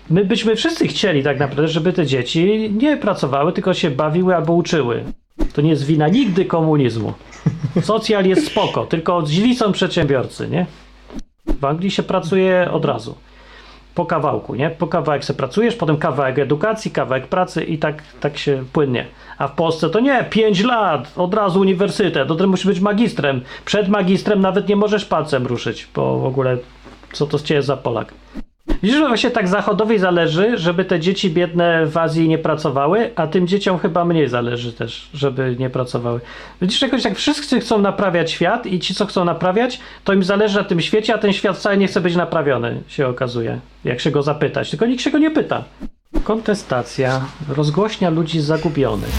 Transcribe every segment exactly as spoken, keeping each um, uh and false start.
My byśmy wszyscy chcieli tak naprawdę, żeby te dzieci nie pracowały, tylko się bawiły albo uczyły. To nie jest wina nigdy komunizmu. Socjal jest spoko, tylko źli są przedsiębiorcy, nie? W Anglii się pracuje od razu. Po kawałku, nie? Po kawałek se pracujesz, potem kawałek edukacji, kawałek pracy i tak, tak się płynnie. A w Polsce to nie, pięć lat, od razu uniwersytet, do tego musisz być magistrem. Przed magistrem nawet nie możesz palcem ruszyć, bo w ogóle co to z ciebie za Polak? Widzisz, że właśnie tak Zachodowi zależy, żeby te dzieci biedne w Azji nie pracowały, a tym dzieciom chyba mniej zależy też, żeby nie pracowały. Widzisz, jakoś tak wszyscy chcą naprawiać świat i ci, co chcą naprawiać, to im zależy na tym świecie, a ten świat wcale nie chce być naprawiony, się okazuje, jak się go zapytać. Tylko nikt się go nie pyta. Kontestacja, rozgłośnia ludzi zagubionych.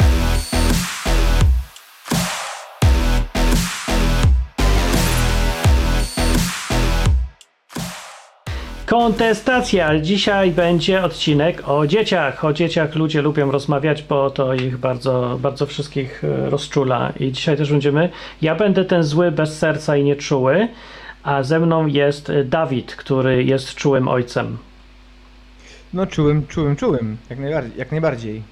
Kontestacja. Dzisiaj będzie odcinek o dzieciach. O dzieciach ludzie lubią rozmawiać, bo to ich bardzo, bardzo wszystkich rozczula. I dzisiaj też będziemy... Ja będę ten zły, bez serca i nieczuły, a ze mną jest Dawid, który jest czułym ojcem. No czułym, czułym, czułym. Jak najbardziej. Jak najbardziej.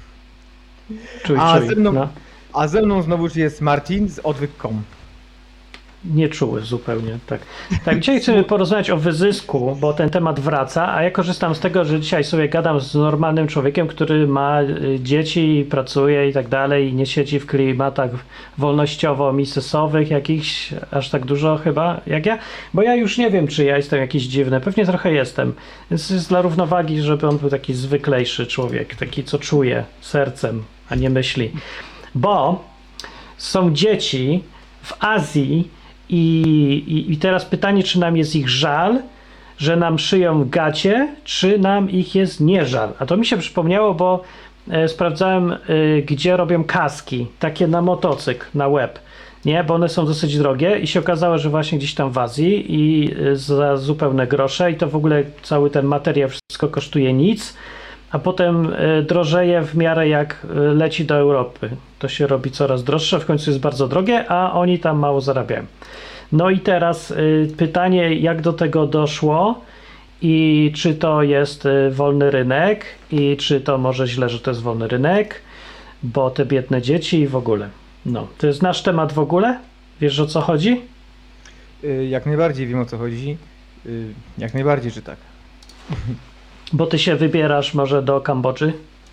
Czuj, a, czuj. Ze mną, no. a ze mną znowu jest Martin z odwyk kropka com. Nieczuły zupełnie, tak. Tak, dzisiaj chcemy porozmawiać o wyzysku, bo ten temat wraca, a ja korzystam z tego, że dzisiaj sobie gadam z normalnym człowiekiem, który ma dzieci, pracuje i tak dalej i nie siedzi w klimatach wolnościowo-misesowych jakichś, aż tak dużo chyba, jak ja, bo ja już nie wiem, czy ja jestem jakiś dziwny, pewnie trochę jestem, więc jest dla równowagi, żeby on był taki zwyklejszy człowiek, taki, co czuje sercem, a nie myśli, bo są dzieci w Azji, I, i, I teraz pytanie, czy nam jest ich żal, że nam szyją gacie, czy nam ich jest nie żal. A to mi się przypomniało, bo e, sprawdzałem, e, gdzie robią kaski, takie na motocykl, na łeb, nie? Bo one są dosyć drogie i się okazało, że właśnie gdzieś tam w Azji i e, za zupełne grosze i to w ogóle cały ten materiał, wszystko kosztuje nic, a potem e, drożeje w miarę jak e, leci do Europy. To się robi coraz droższe, w końcu jest bardzo drogie, a oni tam mało zarabiają. No i teraz y, pytanie, jak do tego doszło i czy to jest y, wolny rynek i czy to może źle, że to jest wolny rynek, bo te biedne dzieci i w ogóle. No, to jest nasz temat w ogóle? Wiesz, o co chodzi? Yy, jak najbardziej wiem, o co chodzi. Yy, jak najbardziej, że tak. Bo ty się wybierasz może do Kambodży?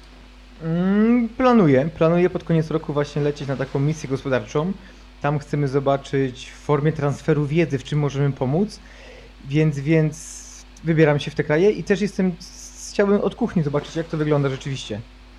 Mm, planuję. Planuję pod koniec roku właśnie lecieć na taką misję gospodarczą. Tam chcemy zobaczyć w formie transferu wiedzy, w czym możemy pomóc, więc, więc wybieram się w te kraje i też jestem, chciałbym od kuchni zobaczyć, jak to wygląda rzeczywiście.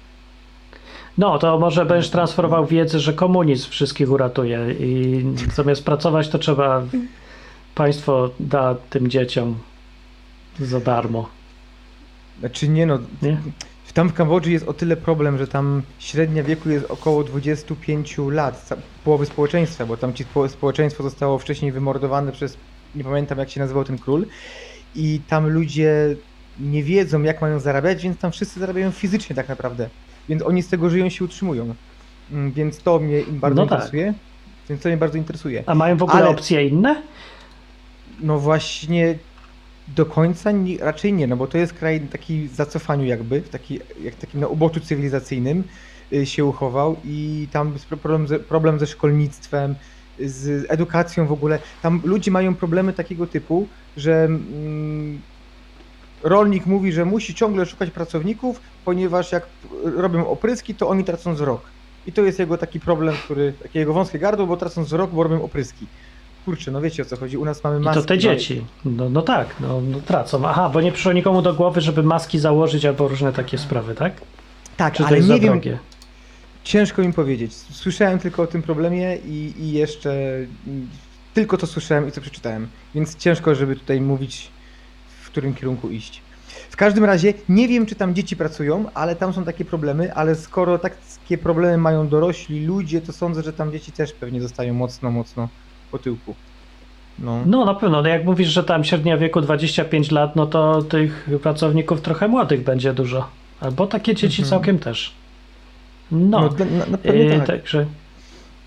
No, to może będziesz transferował wiedzę, że komunizm wszystkich uratuje i zamiast pracować, to trzeba, państwo da tym dzieciom za darmo. Znaczy nie no, Nie? tam w Kambodży jest o tyle problem, że tam średnia wieku jest około dwadzieścia pięć lat, połowy społeczeństwa, bo tam ci społeczeństwo zostało wcześniej wymordowane przez, nie pamiętam jak się nazywał ten król, i tam ludzie nie wiedzą jak mają zarabiać, więc tam wszyscy zarabiają fizycznie tak naprawdę, więc oni z tego żyją i się utrzymują, więc to mnie bardzo no interesuje, tak. więc to mnie bardzo interesuje. A mają w ogóle Ale, opcje inne? No właśnie do końca nie, raczej nie, no bo to jest kraj taki w zacofaniu jakby, taki, jak takim na uboczu cywilizacyjnym y, się uchował i tam jest problem ze, problem ze szkolnictwem, z edukacją w ogóle. Tam ludzie mają problemy takiego typu, że mm, rolnik mówi, że musi ciągle szukać pracowników, ponieważ jak robią opryski, to oni tracą wzrok. I to jest jego taki problem, który, takie jego wąskie gardło, bo tracą wzrok, bo robią opryski. Kurczę, no wiecie o co chodzi, u nas mamy maski. I to te dzieci, no, no tak, no, no tracą. Aha, bo nie przyszło nikomu do głowy, żeby maski założyć albo różne takie sprawy, tak? Tak, Czy to ale jest nie za wiem, drogie? Ciężko mi powiedzieć. Słyszałem tylko o tym problemie i, i jeszcze mm, tylko to słyszałem i co przeczytałem, więc ciężko, żeby tutaj mówić, w którym kierunku iść. W każdym razie nie wiem, czy tam dzieci pracują, ale tam są takie problemy, ale skoro takie problemy mają dorośli ludzie, to sądzę, że tam dzieci też pewnie zostają mocno, mocno po tyłku. No. No na pewno, no jak mówisz, że tam średnia wieku dwadzieścia pięć lat, no to tych pracowników trochę młodych będzie dużo. Albo takie dzieci Mhm. całkiem też. No, No, na, na pewnie yy, tak. także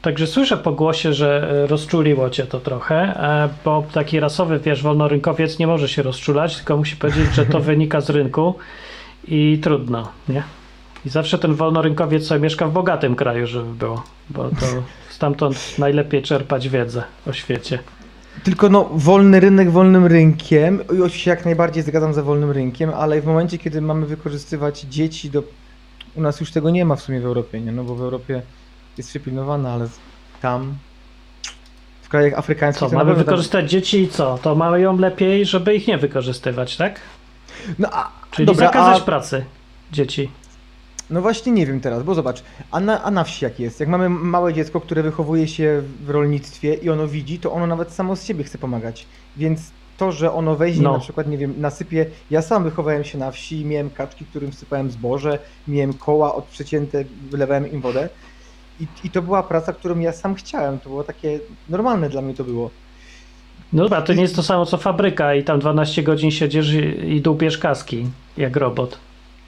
Także słyszę po głosie, że e, rozczuliło cię to trochę, e, bo taki rasowy, wiesz, wolnorynkowiec nie może się rozczulać, tylko musi powiedzieć, że to wynika z rynku i trudno, nie? I zawsze ten wolnorynkowiec sobie mieszka w bogatym kraju, żeby było, bo to stamtąd najlepiej czerpać wiedzę o świecie. Tylko no, wolny rynek wolnym rynkiem, i oczywiście się jak najbardziej zgadzam za wolnym rynkiem, ale w momencie, kiedy mamy wykorzystywać dzieci do... U nas już tego nie ma w sumie w Europie, nie? No bo w Europie jest przypilnowana, ale tam, w krajach afrykańskich... Co, to na mamy pewno tam- wykorzystać dzieci i co? To mamy ją lepiej, żeby ich nie wykorzystywać, tak? No, a, Czyli dobra, zakazać a, pracy dzieci. no właśnie nie wiem teraz, bo zobacz, a na, a na wsi jak jest? Jak mamy małe dziecko, które wychowuje się w rolnictwie i ono widzi, to ono nawet samo z siebie chce pomagać. Więc to, że ono weźmie, No. na przykład, nie wiem, nasypie... Ja sam wychowałem się na wsi, miałem kaczki, którym wsypałem zboże, miałem koła odprzecięte, wylewałem im wodę. I, I to była praca, którą ja sam chciałem. To było takie normalne dla mnie to było. No dobra, to nie jest to samo co fabryka i tam dwanaście godzin siedzisz i, i dłubiesz kaski, jak robot.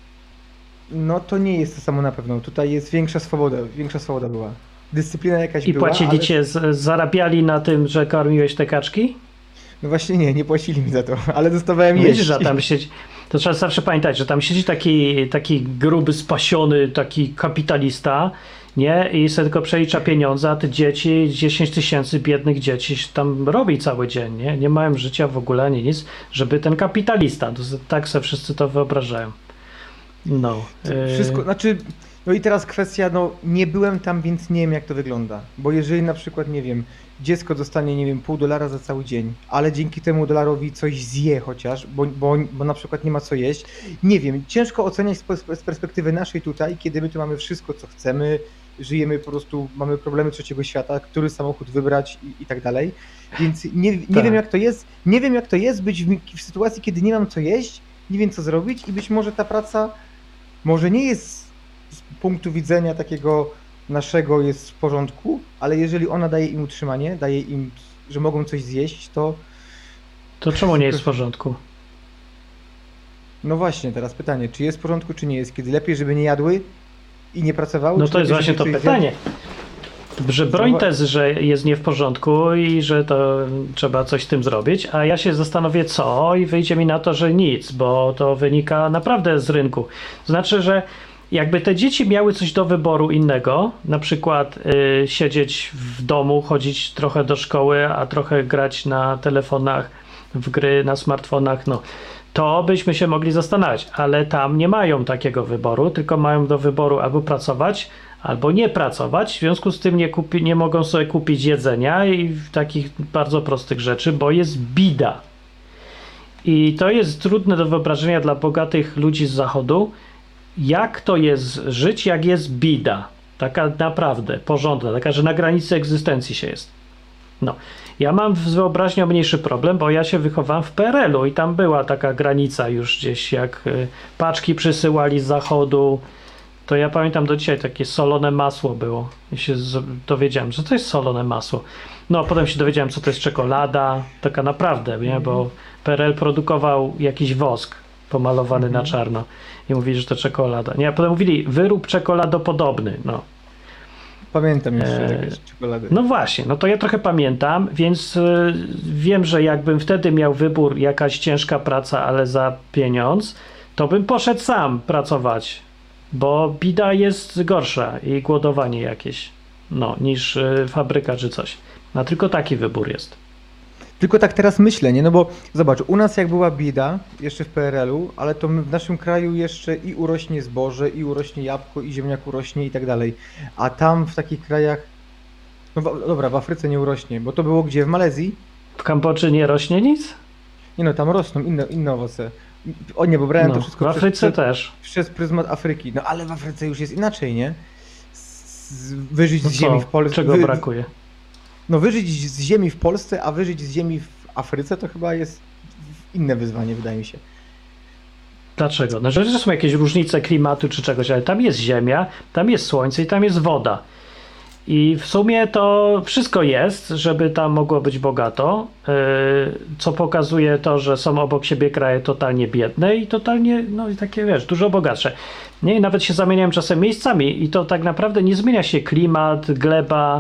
No to nie jest to samo na pewno. Tutaj jest większa swoboda, większa swoboda była. Dyscyplina jakaś I była, płacili ale... cię, z, zarabiali na tym, że karmiłeś te kaczki? No właśnie nie, nie płacili mi za to, ale dostawałem No jeść. widzisz, że tam siedzi, to trzeba zawsze pamiętać, że tam siedzi taki, taki gruby, spasiony, taki kapitalista, nie? I sobie tylko przelicza pieniądze, a te dzieci, dziesięć tysięcy biednych dzieci się tam robi cały dzień, nie? Nie mają życia w ogóle ani nic, żeby ten kapitalista, to, tak sobie wszyscy to wyobrażają. No. y- Wszystko, znaczy, no i teraz kwestia, no nie byłem tam, więc nie wiem jak to wygląda. Bo jeżeli na przykład, nie wiem, dziecko dostanie, nie wiem, pół dolara za cały dzień, ale dzięki temu dolarowi coś zje chociaż, bo, bo, bo na przykład nie ma co jeść, nie wiem, ciężko oceniać z, pers- z perspektywy naszej tutaj, kiedy my tu mamy wszystko co chcemy, żyjemy po prostu, mamy problemy trzeciego świata, który samochód wybrać i, i tak dalej, więc nie, nie Tak. wiem jak to jest, nie wiem jak to jest być w, w sytuacji, kiedy nie mam co jeść, nie wiem co zrobić i być może ta praca może nie jest z punktu widzenia takiego naszego jest w porządku, ale jeżeli ona daje im utrzymanie, daje im, że mogą coś zjeść, to To czemu nie jest w porządku? no właśnie teraz pytanie, czy jest w porządku, czy nie jest? Kiedy lepiej, żeby nie jadły i nie pracowały? No czy to jest lepiej, właśnie to żeby coś pytanie. Że broń Zobacz- tezy, że jest nie w porządku i że to trzeba coś z tym zrobić, a ja się zastanowię co i wyjdzie mi na to, że nic, bo to wynika naprawdę z rynku. To znaczy, że jakby te dzieci miały coś do wyboru innego, na przykład y, siedzieć w domu, chodzić trochę do szkoły, a trochę grać na telefonach, w gry na smartfonach, no to byśmy się mogli zastanawiać, ale tam nie mają takiego wyboru, tylko mają do wyboru albo pracować, albo nie pracować, w związku z tym nie, kupi, nie mogą sobie kupić jedzenia i takich bardzo prostych rzeczy, bo jest bida. I to jest trudne do wyobrażenia dla bogatych ludzi z zachodu, jak to jest żyć, jak jest bida. Taka naprawdę porządna, taka, że na granicy egzystencji się jest. No, ja mam z wyobraźnią mniejszy problem, bo ja się wychowałem w P R L u i tam była taka granica już gdzieś, jak y, paczki przysyłali z zachodu, to ja pamiętam do dzisiaj takie solone masło było. I się z- dowiedziałem, że to jest solone masło. No, a potem się dowiedziałem, co to jest czekolada, taka naprawdę, nie, bo P R L produkował jakiś wosk pomalowany na czarno i mówili, że to czekolada. Nie, a potem mówili, wyrób czekoladopodobny, no. Pamiętam jeszcze Eee, jakieś czekolady. No właśnie, no to ja trochę pamiętam, więc y, wiem, że jakbym wtedy miał wybór, jakaś ciężka praca, ale za pieniądz, to bym poszedł sam pracować, bo bida jest gorsza i głodowanie jakieś, no, niż y, fabryka czy coś. No tylko taki wybór jest. Tylko tak teraz myślę, nie? No bo zobacz, u nas jak była bieda, jeszcze w P R L u, ale to my w naszym kraju jeszcze i urośnie zboże, i urośnie jabłko, i ziemniak urośnie i tak dalej. A tam w takich krajach, no w, dobra, w Afryce nie urośnie, bo to było gdzie? W Malezji? W Kambodży nie rośnie nic? Nie no, tam rosną inne, inne owoce. O nie, bo brałem No, to w wszystko Afryce przez, też. przez pryzmat Afryki. No ale w Afryce już jest inaczej, nie? Z, wyżyć No z ziemi co, w Polsce. czego brakuje? No wyżyć z ziemi w Polsce, a wyżyć z ziemi w Afryce to chyba jest inne wyzwanie, wydaje mi się. Dlaczego? No, że że są jakieś różnice klimatu czy czegoś, ale tam jest ziemia, tam jest słońce i tam jest woda. I w sumie to wszystko jest, żeby tam mogło być bogato, yy, co pokazuje to, że są obok siebie kraje totalnie biedne i totalnie, no i takie, wiesz, dużo bogatsze. Nie, i nawet się zamieniają czasem miejscami i to tak naprawdę nie zmienia się klimat, gleba,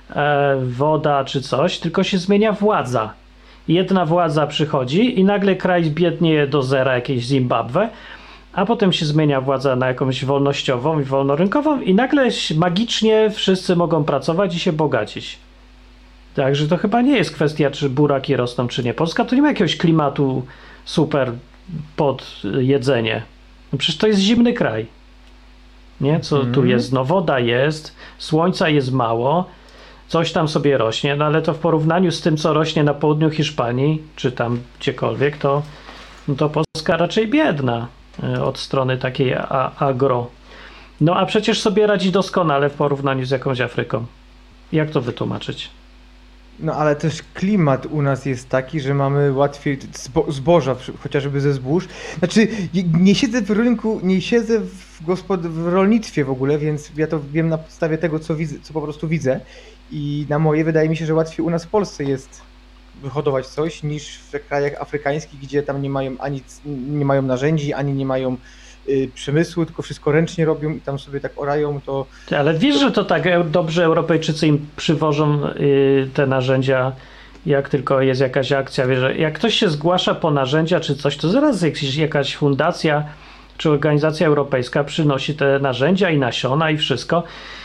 e, woda czy coś, tylko się zmienia władza. Jedna władza przychodzi i nagle kraj biednieje do zera, jakieś Zimbabwe, a potem się zmienia władza na jakąś wolnościową i wolnorynkową i nagle magicznie wszyscy mogą pracować i się bogacić. Także to chyba nie jest kwestia, czy buraki rosną, czy nie. Polska to nie ma jakiegoś klimatu super pod jedzenie. No przecież to jest zimny kraj. Nie? Co tu Mhm. jest? No woda jest, słońca jest mało, coś tam sobie rośnie, no ale to w porównaniu z tym, co rośnie na południu Hiszpanii, czy tam gdziekolwiek, to, no to Polska raczej biedna y, od strony takiej a, agro. No a przecież sobie radzi doskonale w porównaniu z jakąś Afryką. Jak to wytłumaczyć? No ale też klimat u nas jest taki, że mamy łatwiej zbo zboża, przy- chociażby ze zbóż. Znaczy, je- nie siedzę w rynku, nie siedzę w, gospod w rolnictwie w ogóle, więc ja to wiem na podstawie tego, co widzę, co po prostu widzę. I na moje wydaje mi się, że łatwiej u nas w Polsce jest wyhodować coś niż w krajach afrykańskich, gdzie tam nie mają ani c- nie mają narzędzi, ani nie mają y, przemysłu, tylko wszystko ręcznie robią i tam sobie tak orają, to Ty, ale wiesz, że to tak e- dobrze Europejczycy im przywożą y, te narzędzia, jak tylko jest jakaś akcja. Wiesz, że jak ktoś się zgłasza po narzędzia czy coś, to zaraz jakiś, jakaś fundacja czy organizacja europejska przynosi te narzędzia i nasiona i wszystko.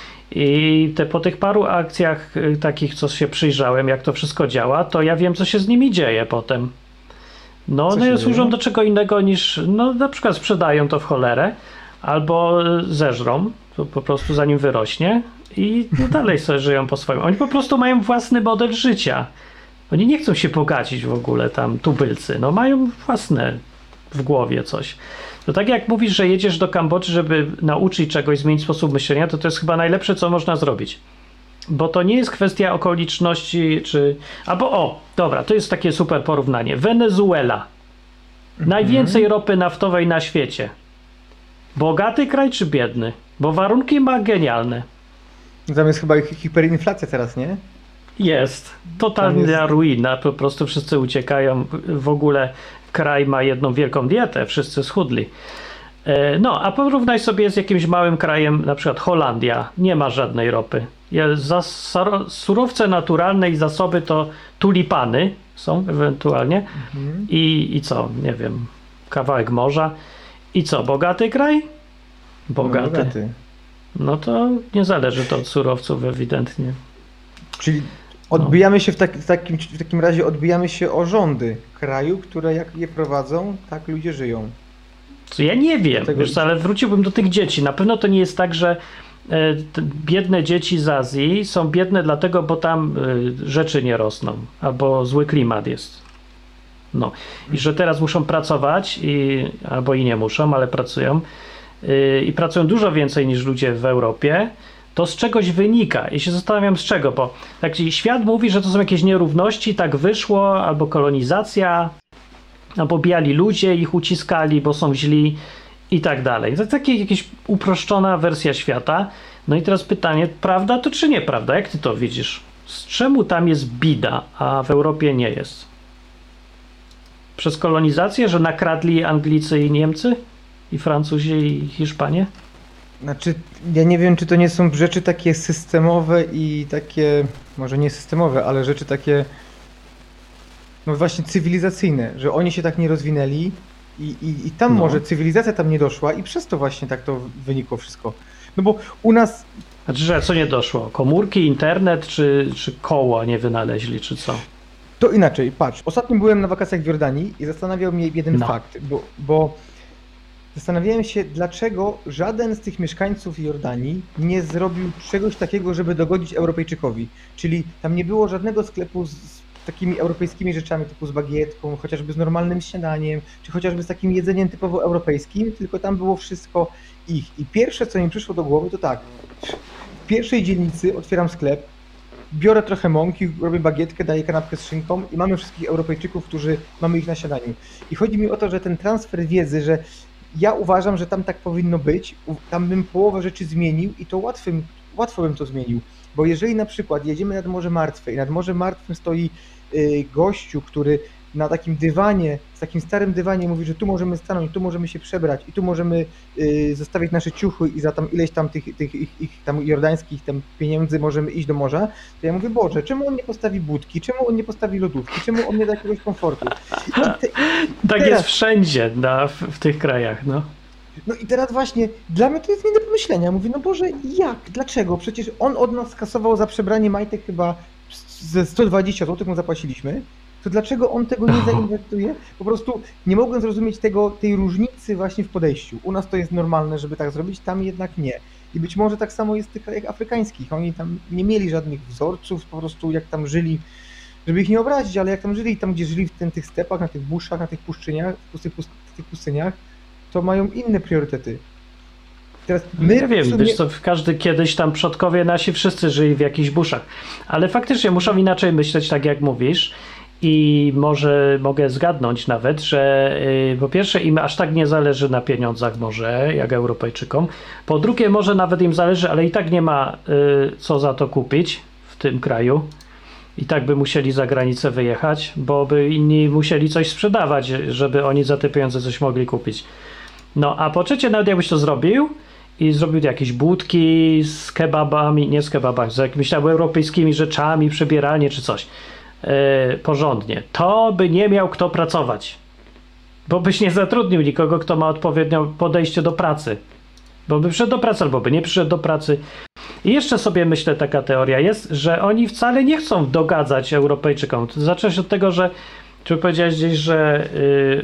I te, po tych paru akcjach y, takich, co się przyjrzałem, jak to wszystko działa, to ja wiem, co się z nimi dzieje potem. No, Co one się służą dzieje? do czego innego niż, no na przykład sprzedają to w cholerę, albo y, zeżrą, to po prostu zanim wyrośnie i no, dalej sobie żyją po swoim. Oni po prostu mają własny model życia. Oni nie chcą się bogacić w ogóle tam tubylcy, no mają własne w głowie coś. To tak jak mówisz, że jedziesz do Kambodży, żeby nauczyć czegoś, zmienić sposób myślenia, to to jest chyba najlepsze, co można zrobić. Bo to nie jest kwestia okoliczności, czy... Albo o, dobra, to jest takie super porównanie. Wenezuela. Najwięcej ropy naftowej na świecie. Bogaty kraj czy biedny? Bo warunki ma genialne. tam jest chyba hi- hiperinflacja teraz, nie? Jest. Totalna Tam jest- ruina. Po prostu wszyscy uciekają. W ogóle kraj ma jedną wielką dietę. Wszyscy schudli. E, No, a porównaj sobie z jakimś małym krajem, na przykład Holandia. Nie ma żadnej ropy. Jest za saro- surowce naturalne i zasoby to tulipany są ewentualnie. Mhm. I, I co? Nie wiem. Kawałek morza. I co? Bogaty kraj? No, Bogaty. bogaty. No to nie zależy to od surowców ewidentnie. Czyli odbijamy się w, tak, w, takim, w takim razie odbijamy się o rządy kraju, które jak je prowadzą, tak ludzie żyją. Co ja nie wiem, Dlatego- wiesz co, ale wróciłbym do tych dzieci. Na pewno to nie jest tak, że e, te biedne dzieci z Azji są biedne dlatego, bo tam e, rzeczy nie rosną, albo zły klimat jest. No. I że teraz muszą pracować, i, albo i nie muszą, ale pracują. e, I pracują dużo więcej niż ludzie w Europie. To z czegoś wynika. I się zastanawiam z czego, bo tak świat mówi, że to są jakieś nierówności, tak wyszło, albo kolonizacja, albo biali ludzie ich uciskali, bo są źli i tak dalej. To taka jakaś uproszczona wersja świata. No i teraz pytanie, prawda to czy nieprawda? Jak ty to widzisz? Z czemu tam jest bida, a w Europie nie jest? Przez kolonizację, że nakradli Anglicy i Niemcy? I Francuzi i Hiszpanie? Znaczy, ja nie wiem, czy to nie są rzeczy takie systemowe i takie, może nie systemowe, ale rzeczy takie, no właśnie cywilizacyjne, że oni się tak nie rozwinęli i, i, i tam No. może cywilizacja tam nie doszła i przez to właśnie tak to wynikło wszystko. No bo u nas, Znaczy, że co nie doszło? Komórki, internet, czy, czy koło nie wynaleźli, czy co? to inaczej, patrz, ostatnio byłem na wakacjach w Jordanii i zastanawiał mnie jeden No. fakt, bo, bo zastanawiałem się, dlaczego żaden z tych mieszkańców Jordanii nie zrobił czegoś takiego, żeby dogodzić Europejczykowi. Czyli tam nie było żadnego sklepu z, z takimi europejskimi rzeczami, typu z bagietką, chociażby z normalnym śniadaniem, czy chociażby z takim jedzeniem typowo europejskim, tylko tam było wszystko ich. I pierwsze, co mi przyszło do głowy, to tak, w pierwszej dzielnicy otwieram sklep, biorę trochę mąki, robię bagietkę, daję kanapkę z szynką i mamy wszystkich Europejczyków, którzy mamy ich na śniadaniu. I chodzi mi o to, że ten transfer wiedzy, że ja uważam, że tam tak powinno być, u- tam bym połowę rzeczy zmienił i to łatwym, łatwo bym to zmienił. Bo jeżeli na przykład jedziemy nad Morze Martwe i nad Morzem Martwym stoi y, gościu, który na takim dywanie, z takim starym dywanie mówi, że tu możemy stanąć, tu możemy się przebrać i tu możemy y, zostawić nasze ciuchy i za tam ileś tam tych, tych ich, ich tam jordańskich tam pieniędzy możemy iść do morza, to ja mówię, Boże, czemu on nie postawi budki, czemu on nie postawi lodówki, czemu on nie da jakiegoś komfortu? I te, Tak teraz, jest wszędzie na, w, w tych krajach, no. No i teraz właśnie, dla mnie to jest nie do pomyślenia. Mówię, no Boże, jak? Dlaczego? Przecież on od nas skasował za przebranie majtek chyba ze sto dwadzieścia złotych mu zapłaciliśmy. To dlaczego on tego nie zainwestuje? Po prostu nie mogłem zrozumieć tego, tej różnicy właśnie w podejściu. U nas to jest normalne, żeby tak zrobić, tam jednak nie. I być może tak samo jest w tych krajach afrykańskich. Oni tam nie mieli żadnych wzorców, po prostu jak tam żyli, żeby ich nie obrazić, ale jak tam żyli, tam gdzie żyli w ten, tych stepach, na tych buszach, na tych puszczyniach, w tych, w tych pustyniach, to mają inne priorytety. Teraz my Nie wiem, w sumie... wiesz co, każdy kiedyś tam przodkowie nasi wszyscy żyli w jakichś buszach, ale faktycznie muszą inaczej myśleć, tak jak mówisz, i może mogę zgadnąć nawet, że yy, po pierwsze im aż tak nie zależy na pieniądzach może, jak Europejczykom, po drugie może nawet im zależy, ale i tak nie ma yy, co za to kupić w tym kraju. I tak by musieli za granicę wyjechać, bo by inni musieli coś sprzedawać, żeby oni za te pieniądze coś mogli kupić. No a po trzecie, nawet jakbyś to zrobił i zrobił jakieś budki z kebabami, nie z kebabami, z jakimiś tam europejskimi rzeczami, przebieranie czy coś yy, porządnie, to by nie miał kto pracować. Bo byś nie zatrudnił nikogo, kto ma odpowiednie podejście do pracy. Bo by przyszedł do pracy, albo by nie przyszedł do pracy. I jeszcze sobie myślę, taka teoria jest, że oni wcale nie chcą dogadzać Europejczykom. To zacząć od tego, że czy powiedziałeś gdzieś, że, yy,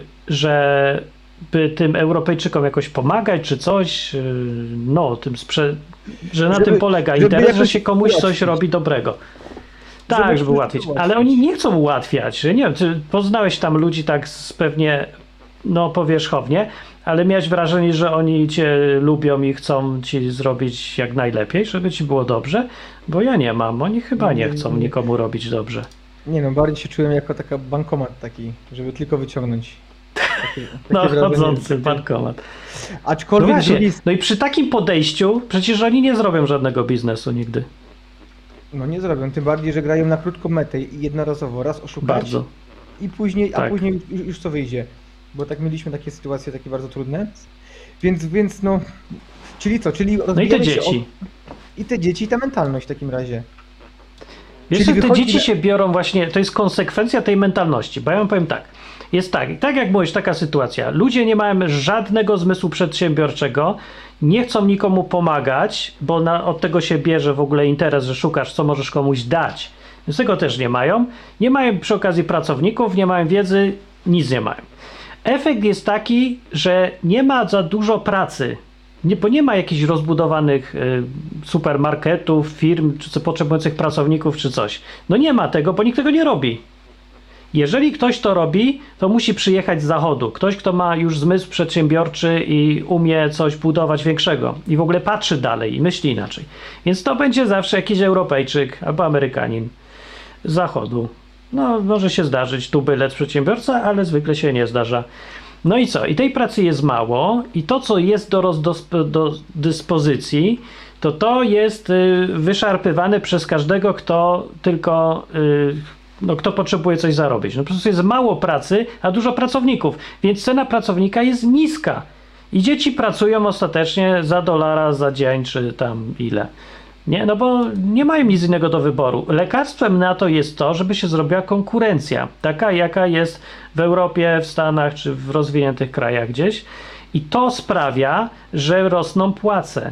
że by tym Europejczykom jakoś pomagać, czy coś, yy, no, tym sprze- że na Żeby- tym polega żeby interes, że jakoś się komuś coś ułatwić. robi dobrego. Tak, Żeby żeby coś ułatwić. ułatwić. Ale oni nie chcą ułatwiać. Nie wiem, czy poznałeś tam ludzi tak z pewnie no powierzchownie, ale miałeś wrażenie, że oni cię lubią i chcą ci zrobić jak najlepiej, żeby ci było dobrze? Bo ja nie mam. Oni chyba nie chcą nikomu robić dobrze. Nie no, bardziej się czułem jako taka bankomat taki, żeby tylko wyciągnąć. Takie, takie No, wrażenie, chodzący takie- bankomat. No Aczkolwiek z właśnie, drugiej no i przy takim podejściu przecież oni nie zrobią żadnego biznesu nigdy. no nie zrobią, tym bardziej, że grają na krótką metę i jednorazowo raz oszukać Bardzo. i później, a Tak. później już, już co wyjdzie. Bo tak mieliśmy takie sytuacje takie bardzo trudne. Więc, więc no, czyli co, czyli No i te rozwijamy się dzieci. O, i te dzieci i ta mentalność w takim razie. Wiesz, Czyli że te wychodzi dzieci na- się biorą właśnie, to jest konsekwencja tej mentalności, bo ja wam powiem tak, jest tak, i tak jak mówisz, taka sytuacja, ludzie nie mają żadnego zmysłu przedsiębiorczego, nie chcą nikomu pomagać, bo na, od tego się bierze w ogóle interes, że szukasz, co możesz komuś dać, więc tego też nie mają, nie mają przy okazji pracowników, nie mają wiedzy, nic nie mają. Efekt jest taki, że nie ma za dużo pracy, nie, bo nie ma jakichś rozbudowanych y, supermarketów, firm, czy co potrzebujących pracowników, czy coś. No nie ma tego, bo nikt tego nie robi. Jeżeli ktoś to robi, to musi przyjechać z zachodu. Ktoś, kto ma już zmysł przedsiębiorczy i umie coś budować większego. I w ogóle patrzy dalej i myśli inaczej. Więc to będzie zawsze jakiś Europejczyk albo Amerykanin z zachodu. No, może się zdarzyć tu bylec przedsiębiorca, ale zwykle się nie zdarza. No i co? I tej pracy jest mało i to, co jest do, roz, do, do dyspozycji, to to jest y, wyszarpywane przez każdego, kto tylko, y, no, kto potrzebuje coś zarobić. No po prostu jest mało pracy, a dużo pracowników, więc cena pracownika jest niska. I dzieci pracują ostatecznie za dolara za dzień, czy tam ile. Nie, no bo nie mają nic innego do wyboru. Lekarstwem na to jest to, żeby się zrobiła konkurencja, taka jaka jest w Europie, w Stanach czy w rozwiniętych krajach gdzieś. I to sprawia, że rosną płace.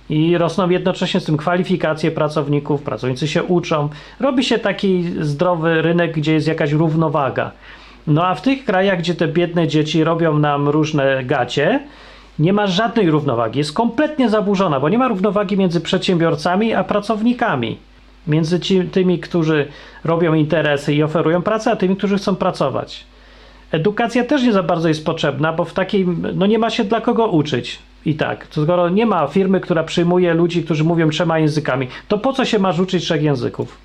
I rosną jednocześnie z tym kwalifikacje pracowników, pracownicy się uczą. Robi się taki zdrowy rynek, gdzie jest jakaś równowaga. No a w tych krajach, gdzie te biedne dzieci robią nam różne gacie, nie ma żadnej równowagi, jest kompletnie zaburzona, bo nie ma równowagi między przedsiębiorcami a pracownikami. Między ci, tymi, którzy robią interesy i oferują pracę, a tymi, którzy chcą pracować. Edukacja też nie za bardzo jest potrzebna, bo w takiej, no nie ma się dla kogo uczyć. I tak, to skoro nie ma firmy, która przyjmuje ludzi, którzy mówią trzema językami, to po co się masz uczyć trzech języków?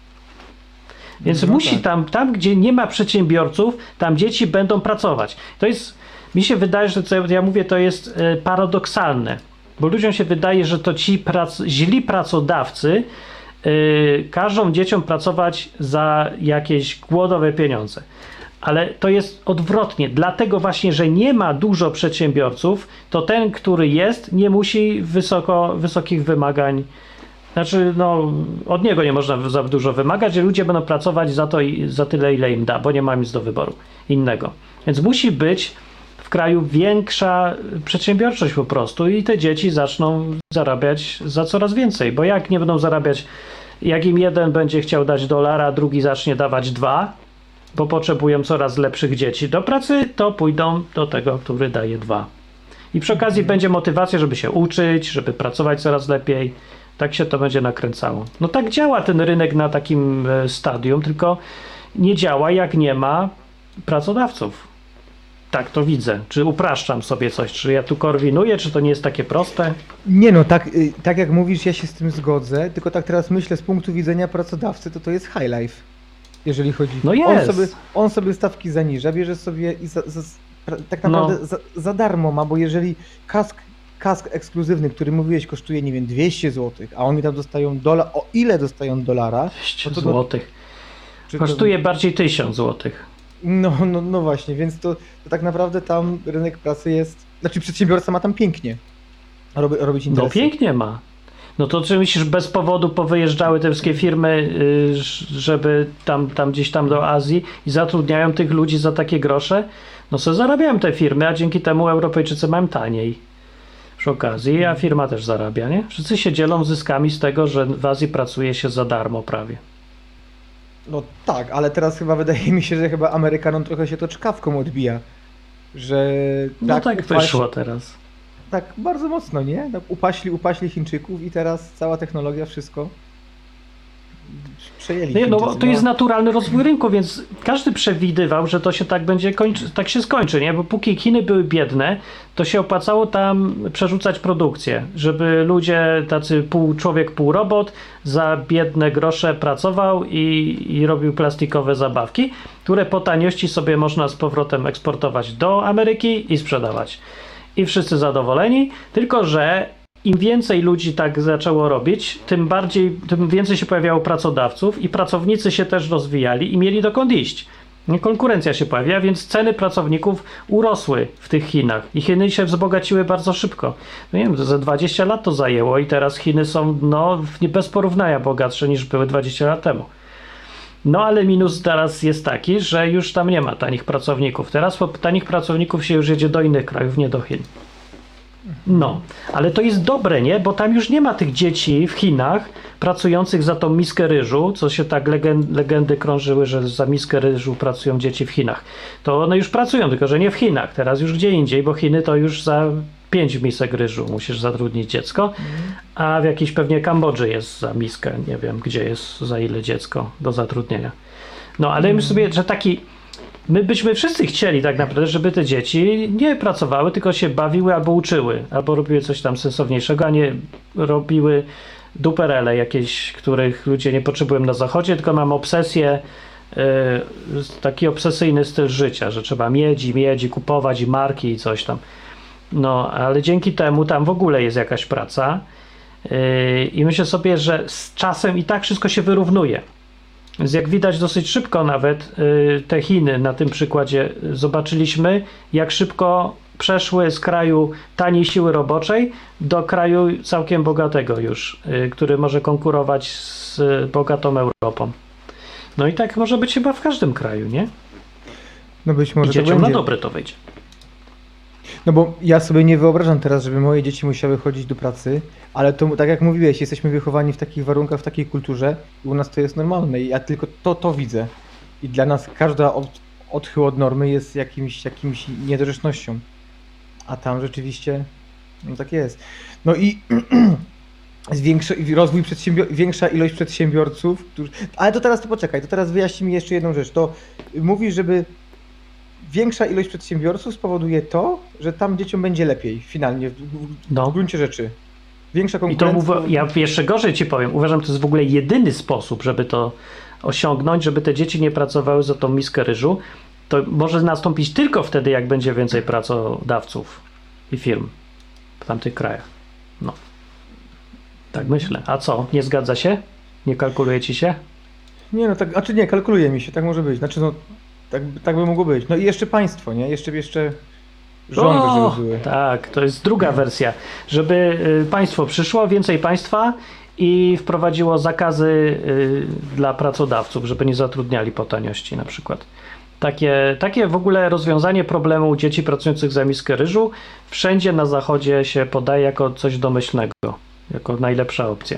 Więc No musi tak. tam, tam, gdzie nie ma przedsiębiorców, tam dzieci będą pracować. To jest, mi się wydaje, że co ja mówię, to jest e, paradoksalne, bo ludziom się wydaje, że to ci prac, źli pracodawcy e, każą dzieciom pracować za jakieś głodowe pieniądze. Ale to jest odwrotnie. Dlatego właśnie, że nie ma dużo przedsiębiorców, to ten, który jest, nie musi wysoko, wysokich wymagań. Znaczy, no, od niego nie można za dużo wymagać, że ludzie będą pracować za to i za tyle, ile im da, bo nie ma nic do wyboru innego. Więc musi być w kraju większa przedsiębiorczość po prostu i te dzieci zaczną zarabiać za coraz więcej, bo jak nie będą zarabiać, jak im jeden będzie chciał dać dolara, drugi zacznie dawać dwa, bo potrzebują coraz lepszych dzieci do pracy, to pójdą do tego, który daje dwa. I przy okazji mhm. będzie motywacja, żeby się uczyć, żeby pracować coraz lepiej. Tak się to będzie nakręcało. No tak działa ten rynek na takim stadium, tylko nie działa, jak nie ma pracodawców. Tak to widzę. Czy upraszczam sobie coś? Czy ja tu korwinuję? Czy to nie jest takie proste? Nie no, tak, y, tak jak mówisz, ja się z tym zgodzę, tylko tak teraz myślę z punktu widzenia pracodawcy, to to jest high life, jeżeli chodzi. No jest. On sobie, on sobie stawki zaniża, bierze sobie i za, za, tak naprawdę no. za, za darmo ma, bo jeżeli kask, kask ekskluzywny, który mówiłeś, kosztuje, nie wiem, dwieście złotych, a oni tam dostają dolar, o ile dostają dolara? dwieście no to złotych. Kosztuje to... bardziej tysiąc złotych. No, no, no właśnie, więc to, to tak naprawdę tam rynek pracy jest, znaczy przedsiębiorca ma tam pięknie robi, robić interesy. No pięknie ma. No to czy myślisz, bez powodu powyjeżdżały te wszystkie firmy, yy, żeby tam, tam gdzieś tam do Azji i zatrudniają tych ludzi za takie grosze? No co zarabiają te firmy, a dzięki temu Europejczycy mają taniej przy okazji, a firma też zarabia, nie? Wszyscy się dzielą zyskami z tego, że w Azji pracuje się za darmo prawie. No tak, ale teraz chyba wydaje mi się, że chyba Amerykanom trochę się to czkawką odbija, że... No tak, tak wyszło teraz. Tak bardzo mocno, nie? Tak upaśli, upaśli Chińczyków i teraz cała technologia, wszystko przejęli. Nie, no bo to jest naturalny rozwój rynku, więc każdy przewidywał, że to się tak będzie kończy, tak się skończy, nie? Bo póki Chiny były biedne, to się opłacało tam przerzucać produkcję, żeby ludzie tacy pół człowiek, pół robot za biedne grosze pracował i, i robił plastikowe zabawki, które po taniości sobie można z powrotem eksportować do Ameryki i sprzedawać. I wszyscy zadowoleni, tylko że im więcej ludzi tak zaczęło robić, tym bardziej, tym więcej się pojawiało pracodawców i pracownicy się też rozwijali i mieli dokąd iść. Konkurencja się pojawia, więc ceny pracowników urosły w tych Chinach i Chiny się wzbogaciły bardzo szybko. No nie wiem, za dwadzieścia lat to zajęło i teraz Chiny są no, bez porównania bogatsze niż były dwadzieścia lat temu. No ale minus teraz jest taki, że już tam nie ma tanich pracowników. Teraz po tanich pracowników się już jedzie do innych krajów, nie do Chin. No, ale to jest dobre, nie? Bo tam już nie ma tych dzieci w Chinach pracujących za tą miskę ryżu, co się tak legend, legendy krążyły, że za miskę ryżu pracują dzieci w Chinach. To one już pracują, tylko że nie w Chinach, teraz już gdzie indziej, bo Chiny to już za pięć misek ryżu musisz zatrudnić dziecko, a w jakiejś pewnie Kambodży jest za miskę, nie wiem gdzie jest za ile dziecko do zatrudnienia. No, ale myślę sobie, że taki my byśmy wszyscy chcieli tak naprawdę, żeby te dzieci nie pracowały, tylko się bawiły albo uczyły, albo robiły coś tam sensowniejszego, a nie robiły duperele jakieś, których ludzie nie potrzebują na zachodzie, tylko mam obsesję, yy, taki obsesyjny styl życia, że trzeba mieć i mieć i kupować i marki i coś tam. No, ale dzięki temu tam w ogóle jest jakaś praca yy, i myślę sobie, że z czasem i tak wszystko się wyrównuje. Więc jak widać dosyć szybko nawet y, te Chiny na tym przykładzie zobaczyliśmy, jak szybko przeszły z kraju taniej siły roboczej do kraju całkiem bogatego już, y, który może konkurować z y, bogatą Europą. No i tak może być chyba w każdym kraju, nie? No być może I dzieciom to będzie. na dobre to wyjdzie. No bo ja sobie nie wyobrażam teraz, żeby moje dzieci musiały chodzić do pracy, ale to tak jak mówiłeś, jesteśmy wychowani w takich warunkach, w takiej kulturze i u nas to jest normalne i ja tylko to, to widzę. I dla nas każda od, odchył od normy jest jakimś, jakimś niedorzecznością. A tam rzeczywiście, no tak jest. No i zwiększy, rozwój przedsiębior- większa ilość przedsiębiorców, którzy... Ale to teraz to poczekaj, to teraz wyjaśnij mi jeszcze jedną rzecz. To mówisz, żeby większa ilość przedsiębiorców spowoduje to, że tam dzieciom będzie lepiej, finalnie, w, w, no. w gruncie rzeczy. Większa I konkurencja. to uwa- ja jeszcze gorzej ci powiem, uważam, że to jest w ogóle jedyny sposób, żeby to osiągnąć, żeby te dzieci nie pracowały za tą miskę ryżu. To może nastąpić tylko wtedy, jak będzie więcej pracodawców i firm w tamtych krajach. No. Tak myślę. A co? Nie zgadza się? Nie kalkuluje ci się? Nie no, tak, a czy nie, kalkuluje mi się, tak może być. Znaczy no, Tak, tak by mogło być. No i jeszcze państwo, nie? Jeszcze, jeszcze rządy, O, żeby były. tak, to jest druga wersja. Żeby y, państwo przyszło, więcej państwa i wprowadziło zakazy y, dla pracodawców, żeby nie zatrudniali po taniości na przykład. Takie, takie w ogóle rozwiązanie problemu dzieci pracujących za miskę ryżu wszędzie na zachodzie się podaje jako coś domyślnego, jako najlepsza opcja.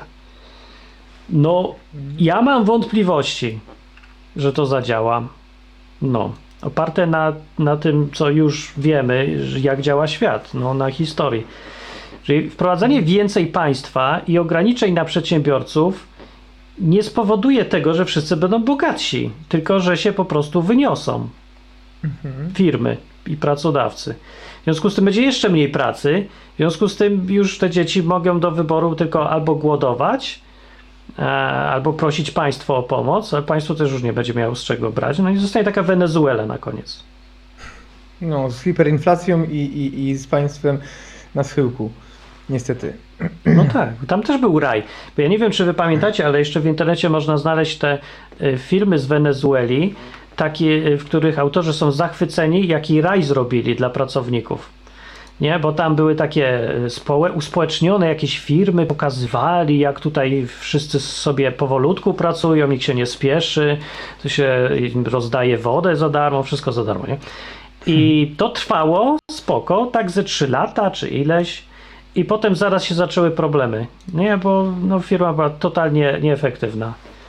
No, ja mam wątpliwości, że to zadziała. No, oparte na, na tym, co już wiemy, że jak działa świat, no, na historii. Czyli wprowadzanie więcej państwa i ograniczeń na przedsiębiorców nie spowoduje tego, że wszyscy będą bogatsi, tylko że się po prostu wyniosą Mhm. firmy i pracodawcy. W związku z tym będzie jeszcze mniej pracy, w związku z tym już te dzieci mogą do wyboru tylko albo głodować, e, albo prosić państwo o pomoc, ale państwo też już nie będzie miało z czego brać. No i zostanie taka Wenezuela na koniec. No, z hiperinflacją i, i, i z państwem na schyłku. Niestety. No tak, tam też był raj. Bo ja nie wiem, czy wy pamiętacie, ale jeszcze w internecie można znaleźć te y, filmy z Wenezueli, takie, y, w których autorzy są zachwyceni, jaki raj zrobili dla pracowników. Nie, bo tam były takie y, społe, uspołecznione jakieś firmy, pokazywali, jak tutaj wszyscy sobie powolutku pracują, nikt się nie spieszy, to się im rozdaje wodę za darmo, wszystko za darmo, nie? I to trwało spoko, tak ze trzy lata czy ileś. I potem zaraz się zaczęły problemy, nie, bo no, firma była totalnie nieefektywna.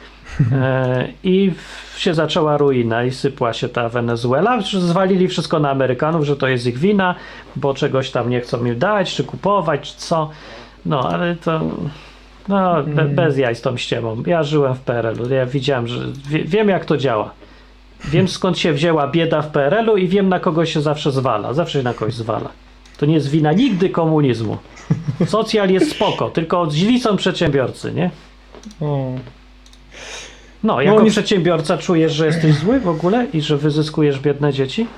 E, I w, się zaczęła ruina i sypła się ta Wenezuela. Zwalili wszystko na Amerykanów, że to jest ich wina, bo czegoś tam nie chcą im dać, czy kupować, czy co. No, ale to no, be, bez jaj z tą ściemą. Ja żyłem w P R L u, ja widziałem, że wie, wiem jak to działa. Wiem skąd się wzięła bieda w P R L u i wiem na kogo się zawsze zwala. Zawsze się na kogoś zwala. To nie jest wina nigdy komunizmu. Socjal jest spoko, tylko źli są przedsiębiorcy, nie? O. No, jako nie- przedsiębiorca czujesz, że jesteś zły w ogóle i że wyzyskujesz biedne dzieci?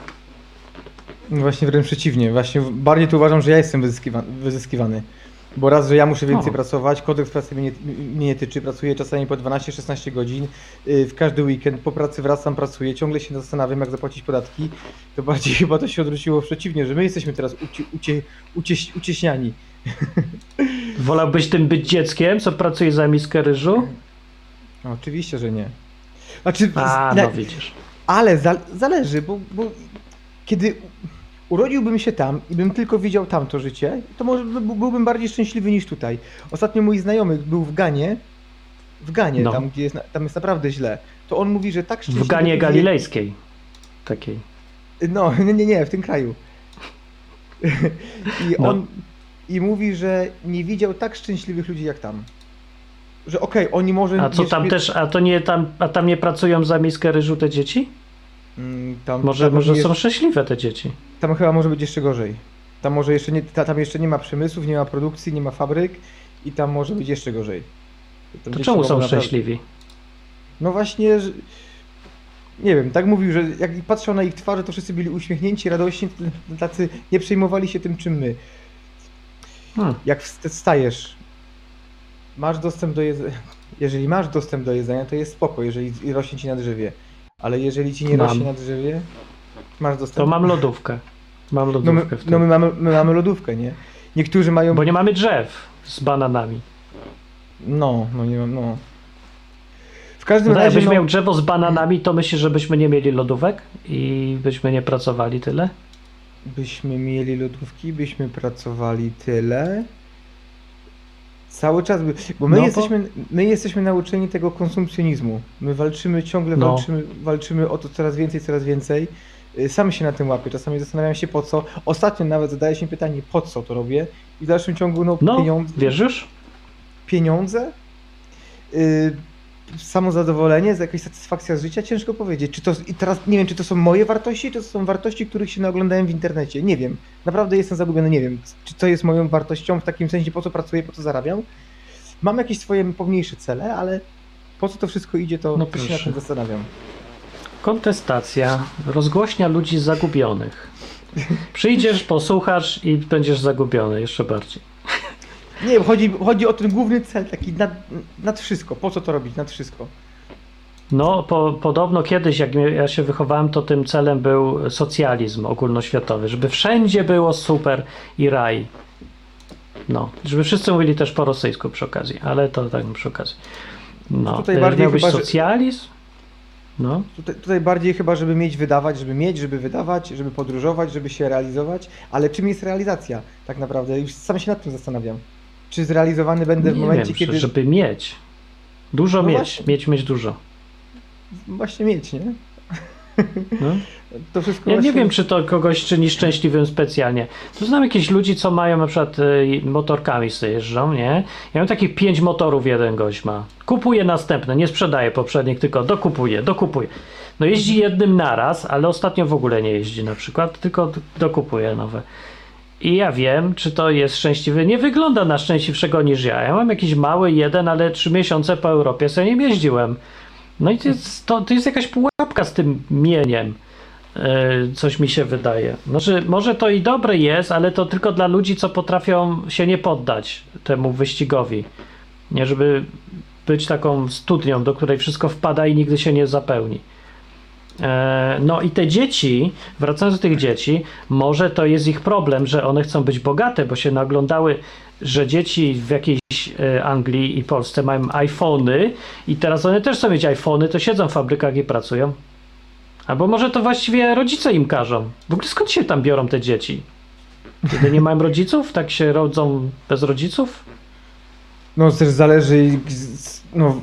No właśnie wręcz przeciwnie. Właśnie bardziej tu uważam, że ja jestem wyzyskiwa- wyzyskiwany. Bo raz, że ja muszę więcej O. pracować, kodeks pracy mnie, mnie nie tyczy, pracuję czasami po dwanaście szesnaście godzin, yy, w każdy weekend po pracy wracam, pracuję, ciągle się zastanawiam, jak zapłacić podatki, to bardziej chyba to się odwróciło w przeciwnie, że my jesteśmy teraz ucie, ucie, ucieś, ucieśniani. Wolałbyś tym być dzieckiem, co pracuje za miskę ryżu? No, oczywiście, że nie. Znaczy, A, na- no widzisz. ale za, zależy, bo, bo kiedy urodziłbym się tam i bym tylko widział tamto życie, to może by- byłbym bardziej szczęśliwy niż tutaj. Ostatnio mój znajomy był w Ganie, w Ganie, No. tam, gdzie jest, na- tam jest naprawdę źle, to on mówi, że tak szczęśliwy... W Ganie ludzie- Galilejskiej. Takiej. No, nie, nie, nie, w tym kraju. I No. on i mówi, że nie widział tak szczęśliwych ludzi jak tam. Że okej, oni może... A co nie- tam nie- też, a to nie tam, a tam nie pracują za miskę ryżu te dzieci? Mm, Tam, Może, tam, może jest, są szczęśliwe te dzieci. tam chyba może być jeszcze gorzej. Tam może jeszcze nie, ta- tam jeszcze nie ma przemysłów, nie ma produkcji, nie ma fabryk i tam może być jeszcze gorzej. Tam To dzieci czemu mogą są naprawdę- szczęśliwi? No właśnie, że... nie wiem, tak mówił, że jak patrzał na ich twarze, to wszyscy byli uśmiechnięci, radośni, tacy nie przejmowali się tym, czym my. Hmm. Jak wst- wstajesz, masz dostęp do jedzenia, jeżeli masz dostęp do jedzenia, to jest spoko, jeżeli rośnie ci na drzewie. Ale jeżeli ci nie Mam. rośnie na drzewie, masz dostęp... To mam lodówkę. Mam No my, lodówkę w tym. no my, mamy, my mamy lodówkę, nie? Niektórzy mają... Bo nie mamy drzew z bananami. No, no nie mam, no. W każdym No tak, razie, jakbyś no, miał drzewo z bananami, to myślisz, że byśmy nie mieli lodówek i byśmy nie pracowali tyle? byśmy mieli lodówki, byśmy pracowali tyle. Cały czas, by, bo my, No bo- jesteśmy, my jesteśmy nauczeni tego konsumpcjonizmu. My walczymy, ciągle No. walczymy, walczymy o to coraz więcej, coraz więcej. Y, Sam się na tym łapię, czasami zastanawiam się po co. Ostatnio nawet zadaję się pytanie, po co to robię i w dalszym ciągu no, No, pieniądze. wierzysz? pieniądze, yy, samozadowolenie, jakaś satysfakcja z życia, ciężko powiedzieć. Czy to, i teraz nie wiem, czy to są moje wartości, czy to są wartości, których się naoglądałem w internecie. Nie wiem. Naprawdę jestem zagubiony, nie wiem, czy to jest moją wartością w takim sensie, po co pracuję, po co zarabiam. Mam jakieś swoje pomniejsze cele, ale po co to wszystko idzie, to, No to się proszę. nad tym zastanawiam. Kontestacja, rozgłośnia ludzi zagubionych. Przyjdziesz, posłuchasz i będziesz zagubiony jeszcze bardziej. Nie, chodzi, chodzi o ten główny cel, taki nad, nad wszystko. Po co to robić, nad wszystko. No, po, podobno kiedyś, jak ja się wychowałem, to tym celem był socjalizm ogólnoświatowy, żeby wszędzie było super i raj. No, żeby wszyscy mówili też po rosyjsku przy okazji, ale to tak przy okazji. No, Tutaj y, bardziej miał być chyba, że- socjalizm? No, Tutaj, tutaj bardziej chyba, żeby mieć, wydawać, żeby mieć, żeby wydawać, żeby podróżować, żeby się realizować, ale czym jest realizacja tak naprawdę? Już sam się nad tym zastanawiam. Czy zrealizowany będę w nie momencie, wiem, kiedy... żeby mieć. Dużo No mieć, właśnie. mieć, mieć dużo. Właśnie mieć, nie? No. To wszystko Ja nie właśnie... wiem, czy to kogoś czyni szczęśliwym specjalnie. Tu znam jakieś ludzi, co mają na przykład y, motorkami sobie jeżdżą, nie? Ja mam takich pięć motorów, jeden gość ma. Kupuje następne, nie sprzedaje poprzednich, tylko dokupuje, dokupuje. No jeździ jednym naraz, ale ostatnio w ogóle nie jeździ na przykład, tylko d- dokupuje nowe. I ja wiem, czy to jest szczęśliwy. Nie wygląda na szczęśliwszego niż ja. Ja mam jakiś mały jeden, ale trzy miesiące po Europie sobie nim jeździłem. No i to jest, to, to jest jakaś pułapka z tym mieniem. Yy, coś mi się wydaje. Znaczy, może to i dobre jest, ale to tylko dla ludzi, co potrafią się nie poddać temu wyścigowi. Nie, żeby być taką studnią, do której wszystko wpada i nigdy się nie zapełni. E, No i te dzieci, wracając do tych dzieci, może to jest ich problem, że one chcą być bogate, bo się naglądały, że dzieci w jakiejś e, Anglii i Polsce mają iPhony i teraz one też chcą mieć iPhony, to siedzą w fabrykach i pracują. Albo może to właściwie rodzice im każą. W ogóle skąd się tam biorą te dzieci? Kiedy nie mają rodziców? Tak się rodzą bez rodziców? No też zależy, z- no...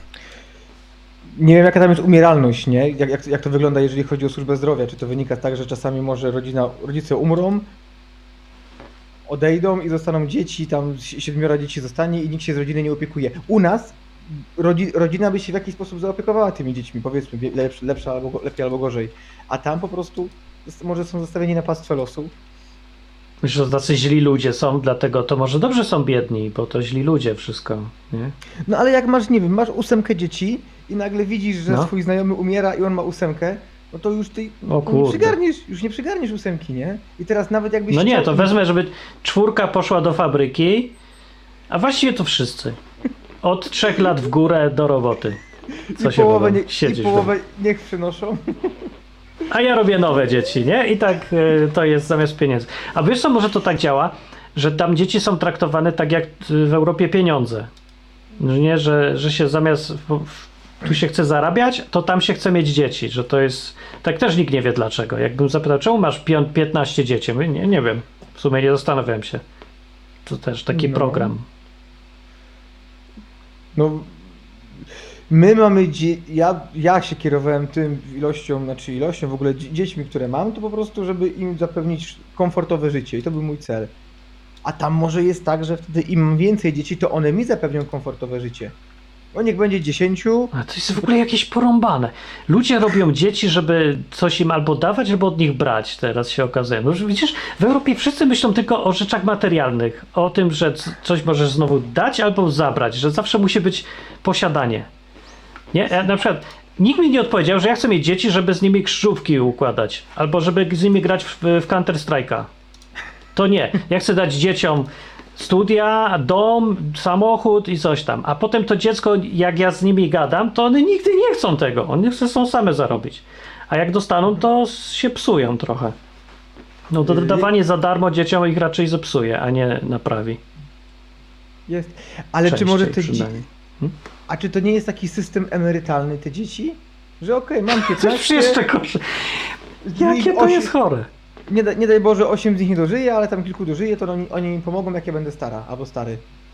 Nie wiem, jaka tam jest umieralność, nie? Jak, jak, jak to wygląda, jeżeli chodzi o służbę zdrowia? Czy to wynika tak, że czasami może rodzina, rodzice umrą, odejdą i zostaną dzieci, tam si- siedmioro dzieci zostanie i nikt się z rodziny nie opiekuje. U nas rodzi, rodzina by się w jakiś sposób zaopiekowała tymi dziećmi, powiedzmy, wie- lepsze, lepsze albo, go- lepiej albo gorzej. A tam po prostu jest- może są zostawieni na pastwę losu. Myślę, że tacy źli ludzie są, dlatego to może dobrze są biedni, bo to źli ludzie wszystko, nie? No ale jak masz, nie wiem, masz ósemkę dzieci i nagle widzisz, że No. twój znajomy umiera i on ma ósemkę, no to już ty O nie kurde. przygarniesz, już nie przygarniesz ósemki, nie? I teraz nawet jakbyś No nie, chciał- to wezmę, żeby czwórka poszła do fabryki, a właściwie to wszyscy. Od trzech lat w górę do roboty. Co i się połowę, będą nie, siedzieć i w domu. połowę niech przynoszą. A ja robię nowe dzieci, nie? I tak y, to jest zamiast pieniędzy. A wiesz co, może to tak działa, że tam dzieci są traktowane tak jak y, w Europie pieniądze. Że nie, że, że się zamiast w, w, tu się chce zarabiać, to tam się chce mieć dzieci, że to jest... Tak też nikt nie wie dlaczego. Jakbym zapytał, czemu masz pią- piętnaście dzieci? Mówię, Nie, nie wiem. W sumie nie zastanawiałem się. To też taki No. program. No, my mamy, dzie- ja, ja się kierowałem tym ilością, znaczy ilością w ogóle dzie- dziećmi, które mam, to po prostu, żeby im zapewnić komfortowe życie i to był mój cel. A tam może jest tak, że wtedy im mam więcej dzieci, to one mi zapewnią komfortowe życie. No niech będzie dziesięciu, A to jest w ogóle jakieś porąbane. Ludzie robią dzieci, żeby coś im albo dawać, albo od nich brać, teraz się okazuje. No, że widzisz, w Europie wszyscy myślą tylko o rzeczach materialnych. O tym, że c- coś możesz znowu dać albo zabrać, że zawsze musi być posiadanie. Nie? Ja, na przykład nikt mi nie odpowiedział, że ja chcę mieć dzieci, żeby z nimi krzyżówki układać, albo żeby z nimi grać w, w Counter Strike'a. To nie. Ja chcę dać dzieciom studia, dom, samochód i coś tam. A potem to dziecko, jak ja z nimi gadam, to one nigdy nie chcą tego. One chcą same zarobić. A jak dostaną, to się psują trochę. No to Yy. dawanie za darmo dzieciom ich raczej zepsuje, a nie naprawi. jest. Ale czy może te Częściej dzie- przynajmniej. A czy to nie jest taki system emerytalny te dzieci? Że okej, mam Coś piętnaście, jeszcze gorzej. z nich Jakie to osiem- jest chore. Nie, da- nie daj Boże, osiem z nich nie dożyje, ale tam kilku dożyje, to oni, oni mi pomogą, jak ja będę stara albo stary.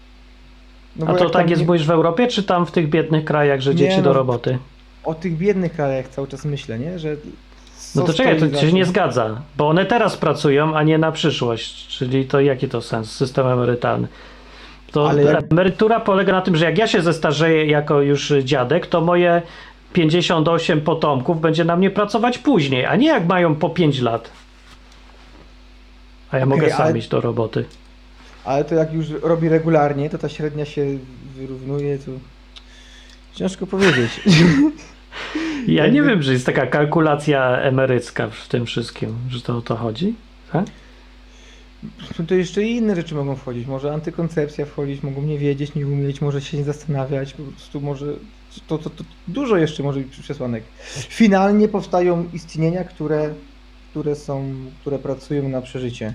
No A bo to jak tak tam jest, nie- mówisz, w Europie, czy tam w tych biednych krajach, że Nie, dzieci do no, roboty? O tych biednych krajach cały czas myślę, nie? Że No to są czekaj, to się stolizacją. nie zgadza, bo one teraz pracują, a nie na przyszłość, czyli to jaki to sens, system emerytalny? To Ale jak- emerytura polega na tym, że jak ja się zestarzeję jako już dziadek, to moje pięćdziesiąt osiem potomków będzie na mnie pracować później, a nie jak mają po pięć lat. A ja Okej, mogę sam ale- iść do roboty. Ale to jak już robi regularnie, to ta średnia się wyrównuje, to ciężko powiedzieć. Ja nie jakby- wiem, że jest taka kalkulacja emerycka w tym wszystkim, że to o to chodzi. Tak? No to jeszcze i inne rzeczy mogą wchodzić. Może antykoncepcja wchodzić, mogą nie wiedzieć, nie umieć, może się nie zastanawiać, po prostu może to, to, to dużo jeszcze może być przesłanek. Finalnie powstają istnienia, które, które są, które pracują na przeżycie.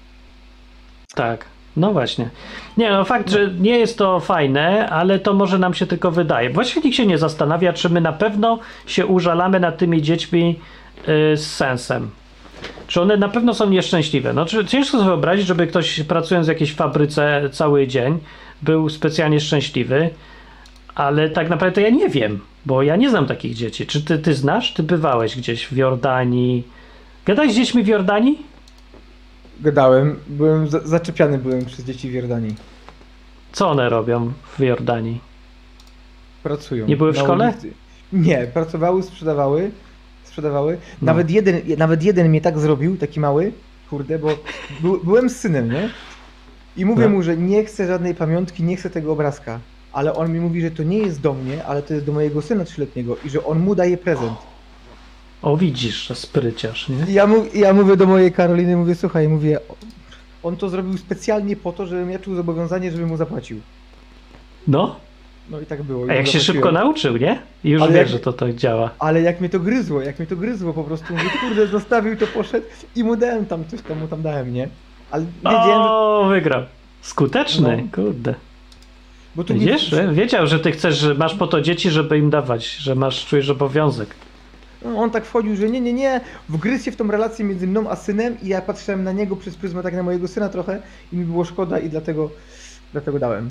Tak, no właśnie. Nie, no fakt, że nie jest to fajne, ale to może nam się tylko wydaje. Właściwie nikt się nie zastanawia, czy my na pewno się użalamy nad tymi dziećmi y, z sensem. Czy one na pewno są nieszczęśliwe? No, czy, ciężko sobie wyobrazić, żeby ktoś pracując w jakiejś fabryce cały dzień był specjalnie szczęśliwy, ale tak naprawdę to ja nie wiem, bo ja nie znam takich dzieci. Czy ty, ty znasz? Ty bywałeś gdzieś w Jordanii? Gadałeś z dziećmi w Jordanii? Gadałem, byłem za, zaczepiany byłem przez dzieci w Jordanii. Co one robią w Jordanii? Pracują. Nie były w na szkole? ulicy. Nie, pracowały, sprzedawały. Sprzedawały. No. Nawet, jeden, nawet jeden mnie tak zrobił, taki mały, kurde, bo by, byłem z synem, nie? I mówię No. mu, że nie chcę żadnej pamiątki, nie chcę tego obrazka. Ale on mi mówi, że to nie jest do mnie, ale to jest do mojego syna trzyletniego i że on mu daje prezent. O, widzisz, że spryciarz, nie? I ja, mu, ja mówię do mojej Karoliny, mówię, słuchaj, mówię, on to zrobił specjalnie po to, żebym ja czuł zobowiązanie, żeby mu zapłacił. No, No i tak było. a i jak się zapłaciłem. szybko nauczył, nie? I już Ale wie, jak- że to tak działa. Ale jak mnie to gryzło, jak mnie to gryzło po prostu, mówię, kurde, zostawił to, poszedł i mu dałem tam coś, tam mu tam dałem, nie? Ale wiedziałem, że... O, wygrał. Skuteczny, No. kurde. Bo tu Widzisz, nie, wiedział, że ty chcesz, że masz po to dzieci, żeby im dawać, że masz, czujesz obowiązek. no, on tak wchodził, że nie, nie, nie, wgryzł się w tą relację między mną a synem i ja patrzyłem na niego przez pryzmat tak na mojego syna trochę i mi było szkoda i dlatego, dlatego dałem.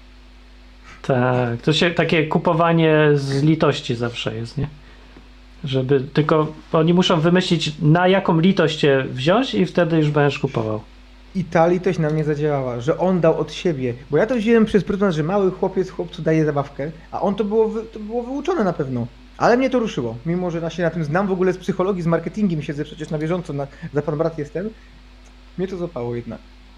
Tak, to się takie kupowanie z litości zawsze jest, nie? Żeby tylko oni muszą wymyślić, na jaką litość cię wziąć i wtedy już będziesz kupował. I ta litość na mnie zadziałała, że on dał od siebie, bo ja to wziąłem przez pryzmat, że mały chłopiec chłopcu daje zabawkę, a on to było, wy, to było wyuczone na pewno. Ale mnie to ruszyło, mimo że na się na tym znam w ogóle z psychologii, z marketingiem siedzę przecież na bieżąco, na, za pan brat jestem, mnie to złapało jednak.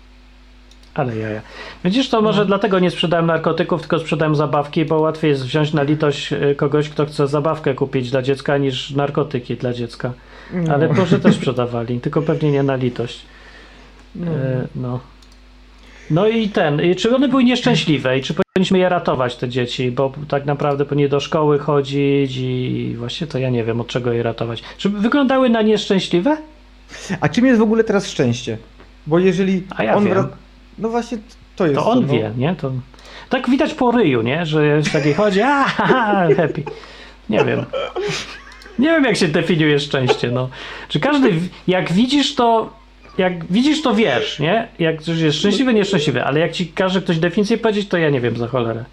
Ale jaja. Widzisz, to może No. dlatego nie sprzedałem narkotyków, tylko sprzedałem zabawki, bo łatwiej jest wziąć na litość y, kogoś, kto chce zabawkę kupić dla dziecka, niż narkotyki dla dziecka. No. Ale może też sprzedawali, tylko pewnie nie na litość. No. E, no. No i ten, i czy one były nieszczęśliwe i czy powinniśmy je ratować, te dzieci, bo tak naprawdę powinny do szkoły chodzić i właśnie to ja nie wiem, od czego je ratować. Czy wyglądały na nieszczęśliwe? A czym jest w ogóle teraz szczęście? Bo jeżeli A ja on wiem. wrac- No właśnie to jest To on no. wie, nie? To tak widać po ryju, nie? Że jest taki chodzi, a haha, happy. Nie wiem. Nie wiem, jak się definiuje szczęście, no. Czy każdy, w- jak widzisz to, jak widzisz to wiesz, nie? Jak ktoś jest szczęśliwy, nieszczęśliwy, ale jak ci każe ktoś definicję powiedzieć, to ja nie wiem za cholerę.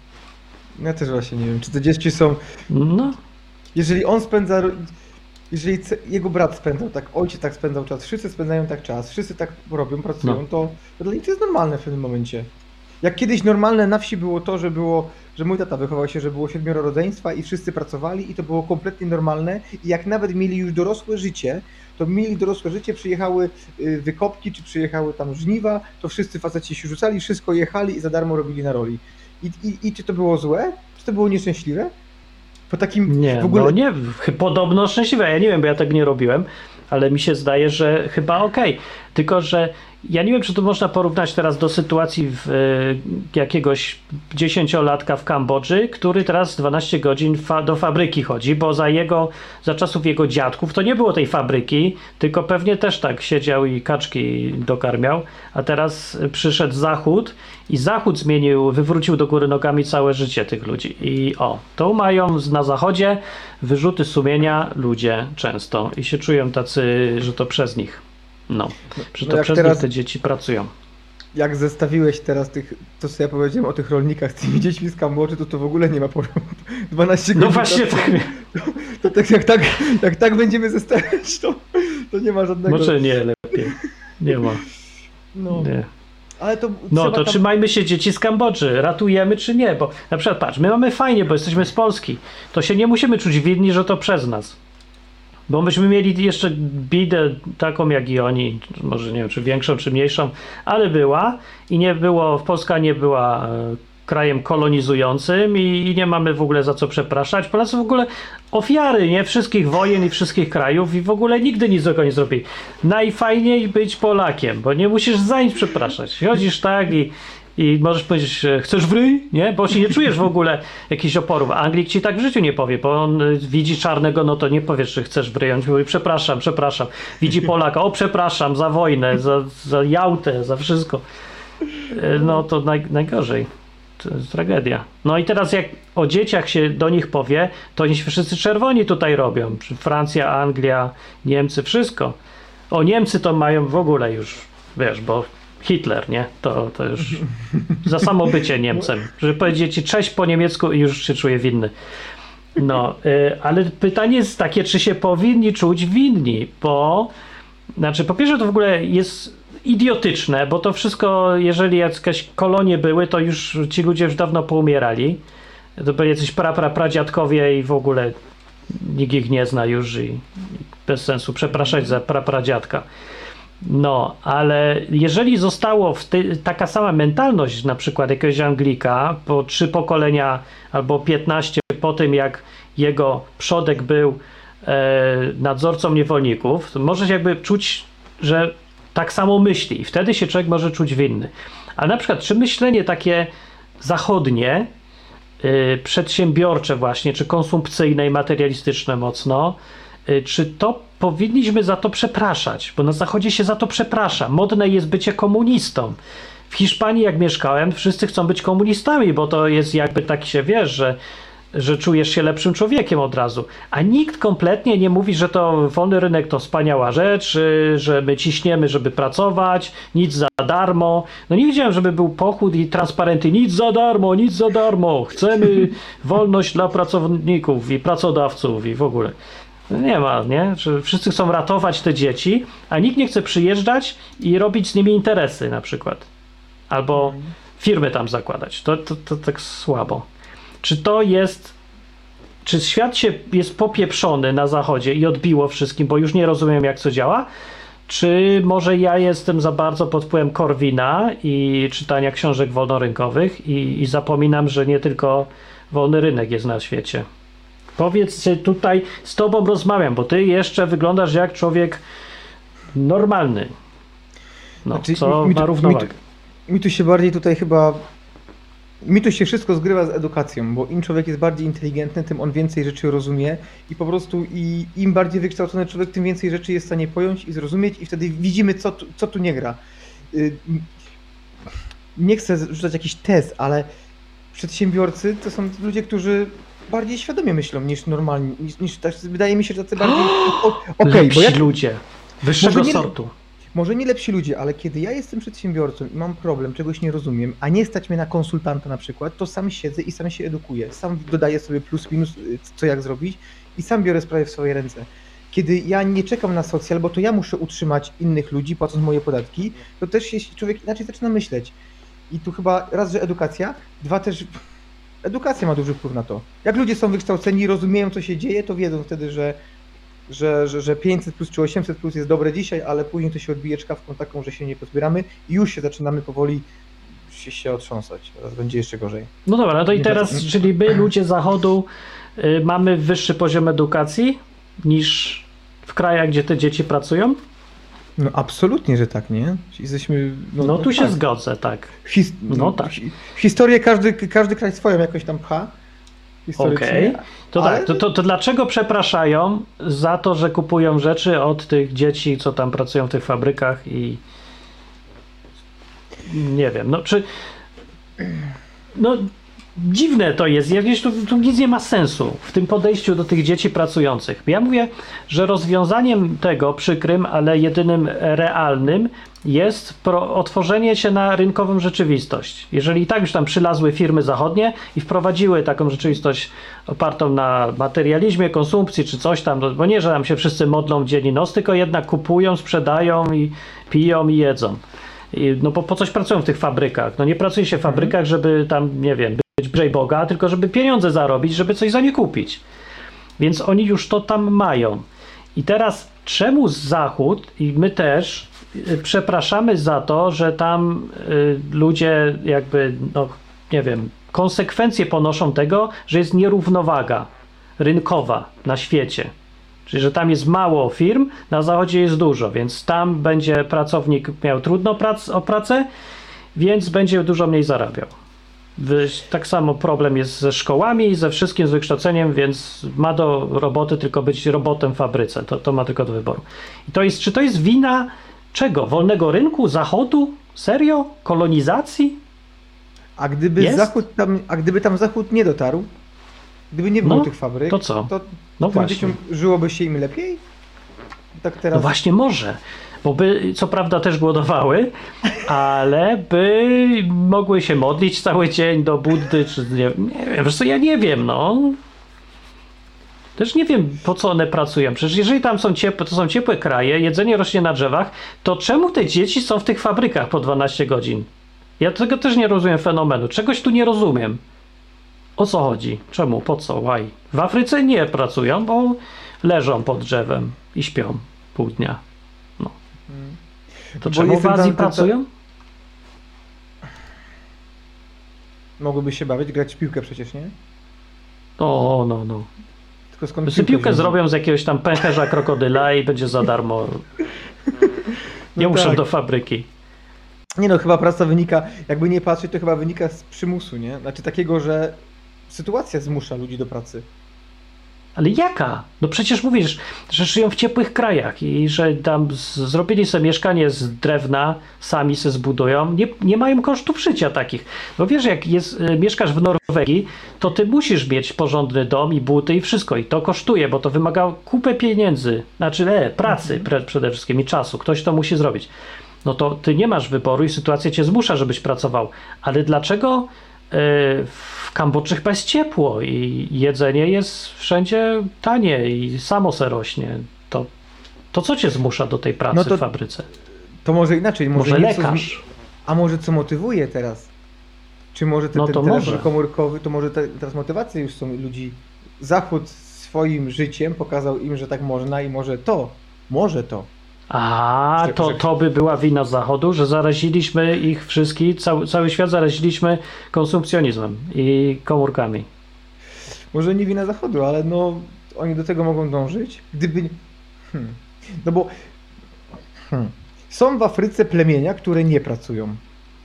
Ja też właśnie nie wiem, czy te dzieci są... No, Jeżeli on spędza... ro- Jeżeli ce- jego brat spędzał tak, ojciec tak spędzał czas, wszyscy spędzają tak czas, wszyscy tak robią, pracują, No. to, to dla nich to jest normalne w pewnym momencie. Jak kiedyś normalne na wsi było to, że było, że mój tata wychował się, że było siedmioro rodzeństwa i wszyscy pracowali i to było kompletnie normalne i jak nawet mieli już dorosłe życie, to mieli dorosłe życie, przyjechały y, wykopki, czy przyjechały tam żniwa, to wszyscy faceci się rzucali, wszystko jechali i za darmo robili na roli. I, i, i czy to było złe? Czy to było nieszczęśliwe? Po takim nie, w ogóle... no nie, chy- podobno szczęśliwe, ja nie wiem, bo ja tego nie robiłem, ale mi się zdaje, że chyba okej. Tylko, że ja nie wiem, czy to można porównać teraz do sytuacji w, y, jakiegoś dziesięciolatka w Kambodży, który teraz dwanaście godzin fa- do fabryki chodzi, bo za jego, za czasów jego dziadków to nie było tej fabryki, tylko pewnie też tak siedział i kaczki dokarmiał, a teraz y, przyszedł Zachód i Zachód zmienił, wywrócił do góry nogami całe życie tych ludzi. I o, to mają z- na Zachodzie wyrzuty sumienia ludzie często i się czują tacy, że to przez nich. No, że no to jak przez teraz- nich te dzieci pracują. Jak zestawiłeś teraz tych, to co ja powiedziałem o tych rolnikach z tymi dziećmi z Kambodży, to to w ogóle nie ma porządku. dwanaście godzin. No właśnie pracy, tak. To tak, jak, tak, jak tak będziemy zestawiać, to, to nie ma żadnego... Może nie lepiej. Nie ma. No, Nie. ale to No trzeba to tam... trzymajmy się dzieci z Kambodży, ratujemy czy nie, bo na przykład patrz, my mamy fajnie, bo jesteśmy z Polski, to się nie musimy czuć winni, że to przez nas. Bo myśmy mieli jeszcze bidę taką jak i oni, może nie wiem, czy większą, czy mniejszą, ale była i nie było, Polska nie była e, krajem kolonizującym i, i nie mamy w ogóle za co przepraszać. Polacy w ogóle ofiary, nie? Wszystkich wojen i wszystkich krajów i w ogóle nigdy nic złego nie zrobili. Najfajniej być Polakiem, bo nie musisz za nic przepraszać. Chodzisz tak i i możesz powiedzieć, chcesz w ryj? Nie? Bo się nie czujesz w ogóle jakichś oporów. A Anglik ci tak w życiu nie powie, bo on widzi czarnego, no to nie powiesz, że chcesz w ryj. On ci mówi, przepraszam, przepraszam. Widzi Polaka, o przepraszam za wojnę, za, za Jałtę, za wszystko. No to naj, najgorzej. To jest tragedia. No i teraz jak o dzieciach się do nich powie, to oni się wszyscy czerwoni tutaj robią. Francja, Anglia, Niemcy, wszystko. O, Niemcy to mają w ogóle już, wiesz, bo Hitler, nie? To, to już za samo bycie Niemcem. Żeby powiedzieć ci cześć po niemiecku i już się czuje winny. No, y, ale pytanie jest takie, czy się powinni czuć winni, bo znaczy po pierwsze to w ogóle jest idiotyczne, bo to wszystko, jeżeli jakieś kolonie były, to już ci ludzie już dawno poumierali. To byli jacyś pra, pra, pradziadkowie i w ogóle nikt ich nie zna już i, i bez sensu przepraszać za pra, pradziadka. No, ale jeżeli zostało w ty, taka sama mentalność na przykład jakiegoś Anglika po trzy pokolenia albo piętnaście po tym, jak jego przodek był e, nadzorcą niewolników, to może się jakby czuć, że tak samo myśli i wtedy się człowiek może czuć winny. Ale na przykład, czy myślenie takie zachodnie, yy, przedsiębiorcze właśnie, czy konsumpcyjne i materialistyczne mocno, yy, czy to powinniśmy za to przepraszać? Bo na zachodzie się za to przeprasza. Modne jest bycie komunistą. W Hiszpanii jak mieszkałem, wszyscy chcą być komunistami, bo to jest jakby tak się wiesz, że że czujesz się lepszym człowiekiem od razu. A nikt kompletnie nie mówi, że to wolny rynek to wspaniała rzecz, że my ciśniemy, żeby pracować, nic za darmo. No nie widziałem, żeby był pochód i transparenty, nic za darmo, nic za darmo, chcemy wolność dla pracowników i pracodawców i w ogóle. No nie ma, nie? Że wszyscy chcą ratować te dzieci, a nikt nie chce przyjeżdżać i robić z nimi interesy na przykład. Albo firmy tam zakładać. To, to, to tak słabo. Czy to jest, czy świat się jest popieprzony na zachodzie i odbiło wszystkim, bo już nie rozumiem jak co działa, czy może ja jestem za bardzo pod wpływem Korwina i czytania książek wolnorynkowych i, i zapominam, że nie tylko wolny rynek jest na świecie. Powiedz, tutaj z tobą rozmawiam, bo ty jeszcze wyglądasz jak człowiek normalny, no, znaczy, co mi, mi, ma równowagę. Mi, mi, mi tu się bardziej tutaj chyba Mi to się wszystko zgrywa z edukacją, bo im człowiek jest bardziej inteligentny, tym on więcej rzeczy rozumie i po prostu i im bardziej wykształcony człowiek, tym więcej rzeczy jest w stanie pojąć i zrozumieć i wtedy widzimy, co tu, co tu nie gra. Nie chcę rzucać jakiś test, ale przedsiębiorcy to są ludzie, którzy bardziej świadomie myślą niż normalni, niż, niż tak, wydaje mi się, że tacy bardziej... Okej, okay, bo jak ludzie, wyższego nie, sortu. Może nie lepsi ludzie, ale kiedy ja jestem przedsiębiorcą i mam problem, czegoś nie rozumiem, a nie stać mnie na konsultanta na przykład, to sam siedzę i sam się edukuję. Sam dodaję sobie plus, minus, co jak zrobić i sam biorę sprawy w swoje ręce. Kiedy ja nie czekam na socjal, bo to ja muszę utrzymać innych ludzi, płacąc moje podatki, to też się człowiek inaczej zaczyna myśleć. I tu chyba raz, że edukacja, dwa też... Edukacja ma duży wpływ na to. Jak ludzie są wykształceni, rozumieją co się dzieje, to wiedzą wtedy, że Że, że, że pięćset plus czy osiemset plus jest dobre dzisiaj, ale później to się odbije czkawką taką, że się nie pozbieramy i już się zaczynamy powoli się, się otrząsać. Teraz będzie jeszcze gorzej. No dobra, no to i teraz, czyli my ludzie zachodu y, mamy wyższy poziom edukacji niż w krajach, gdzie te dzieci pracują? No absolutnie, że tak, nie? Jesteśmy... No, no tu tak. się zgodzę, tak. His... No tak. Historię każdy, każdy kraj swoją jakoś tam pcha. Okej, okay. to ale... tak, to, to, to dlaczego przepraszają za to, że kupują rzeczy od tych dzieci, co tam pracują w tych fabrykach i nie wiem, no czy no dziwne to jest, jakieś tu, tu nic nie ma sensu w tym podejściu do tych dzieci pracujących. Ja mówię, że rozwiązaniem tego przykrym, ale jedynym realnym jest pro, otworzenie się na rynkową rzeczywistość. Jeżeli i tak już tam przylazły firmy zachodnie i wprowadziły taką rzeczywistość opartą na materializmie, konsumpcji czy coś tam, bo nie, że tam się wszyscy modlą dzień i noc, tylko jednak kupują, sprzedają i piją i jedzą. I, no bo po coś pracują w tych fabrykach. No nie pracuje się w fabrykach, żeby tam, nie wiem, być bliżej Boga, tylko żeby pieniądze zarobić, żeby coś za nie kupić. Więc oni już to tam mają. I teraz czemu Zachód i my też przepraszamy za to, że tam y, ludzie jakby, no nie wiem, konsekwencje ponoszą tego, że jest nierównowaga rynkowa na świecie. Czyli, że tam jest mało firm, na zachodzie jest dużo, więc tam będzie pracownik miał trudno prac, o pracę więc będzie dużo mniej zarabiał. Tak samo problem jest ze szkołami i ze wszystkim, z wykształceniem, więc ma do roboty tylko być robotem w fabryce. To, to ma tylko do wyboru. I to jest, czy to jest wina czego? Wolnego rynku? Zachodu? Serio? Kolonizacji? A gdyby Jest? Zachód tam, a gdyby tam Zachód nie dotarł, gdyby nie było No, tych fabryk, to co? to No tym właśnie. dzieciom żyłoby się im lepiej? Tak No teraz. właśnie może, bo by co prawda też głodowały, ale by mogły się modlić cały dzień do Buddy, czy nie, nie wiem, wiesz co, ja nie wiem, no. Też nie wiem, po co one pracują. Przecież jeżeli tam są ciepłe, to są ciepłe kraje, jedzenie rośnie na drzewach, to czemu te dzieci są w tych fabrykach po dwanaście godzin? Ja tego też nie rozumiem fenomenu. Czegoś tu nie rozumiem. O co chodzi? Czemu? Po co? Why? W Afryce nie pracują, bo leżą pod drzewem i śpią pół dnia. No. To Bo czemu w jestem Azji tam- tam- pracują? Mogłyby się bawić, grać w piłkę przecież, nie? O, no, no. Tylko skąd Sobie piłkę wziąć? zrobią z jakiegoś tam pęcherza krokodyla i będzie za darmo. Nie No muszą tak. do fabryki. Nie no, chyba praca wynika, jakby nie patrzeć, to chyba wynika z przymusu, nie? Znaczy takiego, że sytuacja zmusza ludzi do pracy. Ale jaka? No przecież mówisz, że żyją w ciepłych krajach i że tam z, zrobili sobie mieszkanie z drewna, sami se zbudują. Nie, nie mają kosztów życia takich. Bo wiesz, jak jest, y, mieszkasz w Norwegii, to ty musisz mieć porządny dom i buty i wszystko. I to kosztuje, bo to wymaga kupę pieniędzy. Znaczy e, pracy pre, przede wszystkim i czasu. Ktoś to musi zrobić. No to ty nie masz wyboru i sytuacja cię zmusza, żebyś pracował. Ale dlaczego y, w Kambodży chyba jest ciepło i jedzenie jest wszędzie tanie i samo se rośnie? To, to co cię zmusza do tej pracy No to- w fabryce? To może inaczej, może, Może nieco lekarz? zmi- A może co motywuje teraz? Czy może ten, No ten to telefon może. komórkowy, to może te, teraz motywacje już są ludzi. Zachód swoim życiem pokazał im, że tak można i może to, może to. A, Że- to, że- to by była wina Zachodu, że zaraziliśmy ich wszystkich, cały, cały świat zaraziliśmy konsumpcjonizmem i komórkami. Może nie wina Zachodu, ale no oni do tego mogą dążyć. Gdyby. nie- Hmm. No bo hmm. są w Afryce plemienia, które nie pracują.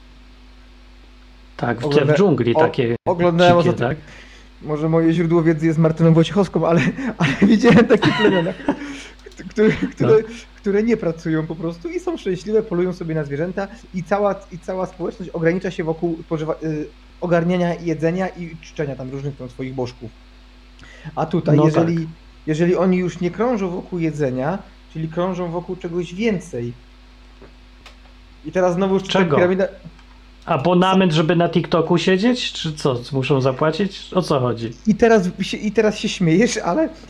Tak, w, Ogląda- w dżungli o- takie oglądałem dzikie, ostatnio- tak? Może moje źródło wiedzy jest Martyną Wojciechowską, ale, ale widziałem takie plemiona, które, które, No. które nie pracują po prostu i są szczęśliwe, polują sobie na zwierzęta i cała, i cała społeczność ogranicza się wokół spożywa, y, ogarniania jedzenia i czczenia tam różnych tam swoich bożków. A tutaj, No jeżeli, tak. jeżeli oni już nie krążą wokół jedzenia, czyli krążą wokół czegoś więcej. I teraz znowu już Czego? piramida. Abonament, żeby na TikToku siedzieć? Czy co? Muszą zapłacić? O co chodzi? I teraz, się- I teraz się śmiejesz, ale yy,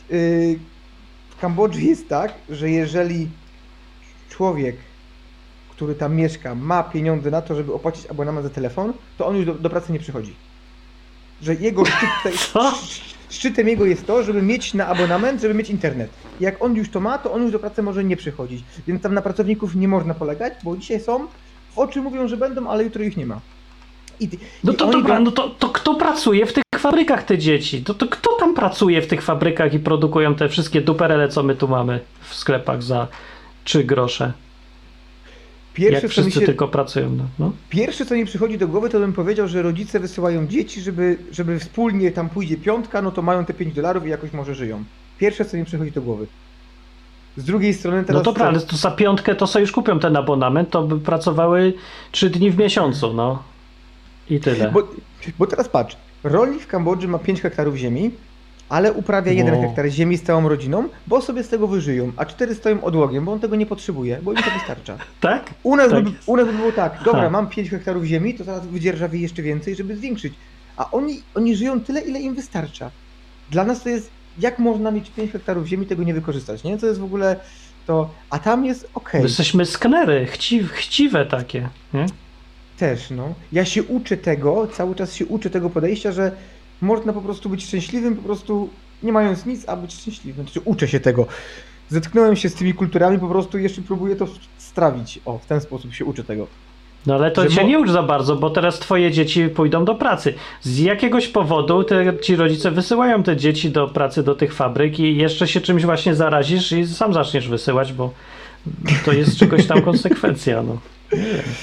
w Kambodży jest tak, że jeżeli człowiek, który tam mieszka, ma pieniądze na to, żeby opłacić abonament za telefon, to on już do, do pracy nie przychodzi. Że jego szczyt, Co? szczytem jego jest to, żeby mieć na abonament, żeby mieć internet. I jak on już to ma, to on już do pracy może nie przychodzić. Więc tam na pracowników nie można polegać, bo dzisiaj są, w oczy mówią, że będą, ale jutro ich nie ma. I, No i to oni dobra, gra- no to, to kto pracuje w tych fabrykach, te dzieci? To, to kto tam pracuje w tych fabrykach i produkują te wszystkie duperele, co my tu mamy w sklepach za trzy grosze? Pierwsze, Jak co mi wszyscy się... tylko pracują. No, no. Pierwsze, co mi przychodzi do głowy, to bym powiedział, że rodzice wysyłają dzieci, żeby, żeby wspólnie tam pójdzie piątka, no to mają te pięć dolarów i jakoś może żyją. Pierwsze, co mi przychodzi do głowy. Z drugiej strony teraz... No dobra, co? ale to za piątkę to sobie już kupią ten abonament, to by pracowały trzy dni w miesiącu, no. I tyle. Bo, bo teraz patrz, rolnik w Kambodży ma pięć hektarów ziemi, ale uprawia jeden Wow. hektar ziemi z całą rodziną, bo sobie z tego wyżyją, a cztery stoją odłogiem, bo on tego nie potrzebuje, bo im to wystarcza. Tak? U nas, Tak by, jest. u nas by było tak, dobra, Ha. mam pięć hektarów ziemi, to teraz wydzierżawię jeszcze więcej, żeby zwiększyć. A oni, oni żyją tyle, ile im wystarcza. Dla nas to jest, jak można mieć pięć hektarów ziemi, tego nie wykorzystać, nie? To jest w ogóle to, a tam jest okej. My jesteśmy sknery, chci, chciwe takie. Nie? Też, no. Ja się uczę tego, cały czas się uczę tego podejścia, że można po prostu być szczęśliwym, po prostu nie mając nic, a być szczęśliwym. Znaczy, uczę się tego. Zetknąłem się z tymi kulturami, po prostu jeszcze próbuję to strawić. O, w ten sposób się uczę tego. No ale to Że cię mo- nie ucz za bardzo, bo teraz twoje dzieci pójdą do pracy. Z jakiegoś powodu te, ci rodzice wysyłają te dzieci do pracy do tych fabryk i jeszcze się czymś właśnie zarazisz i sam zaczniesz wysyłać, bo to jest czegoś tam konsekwencja. No.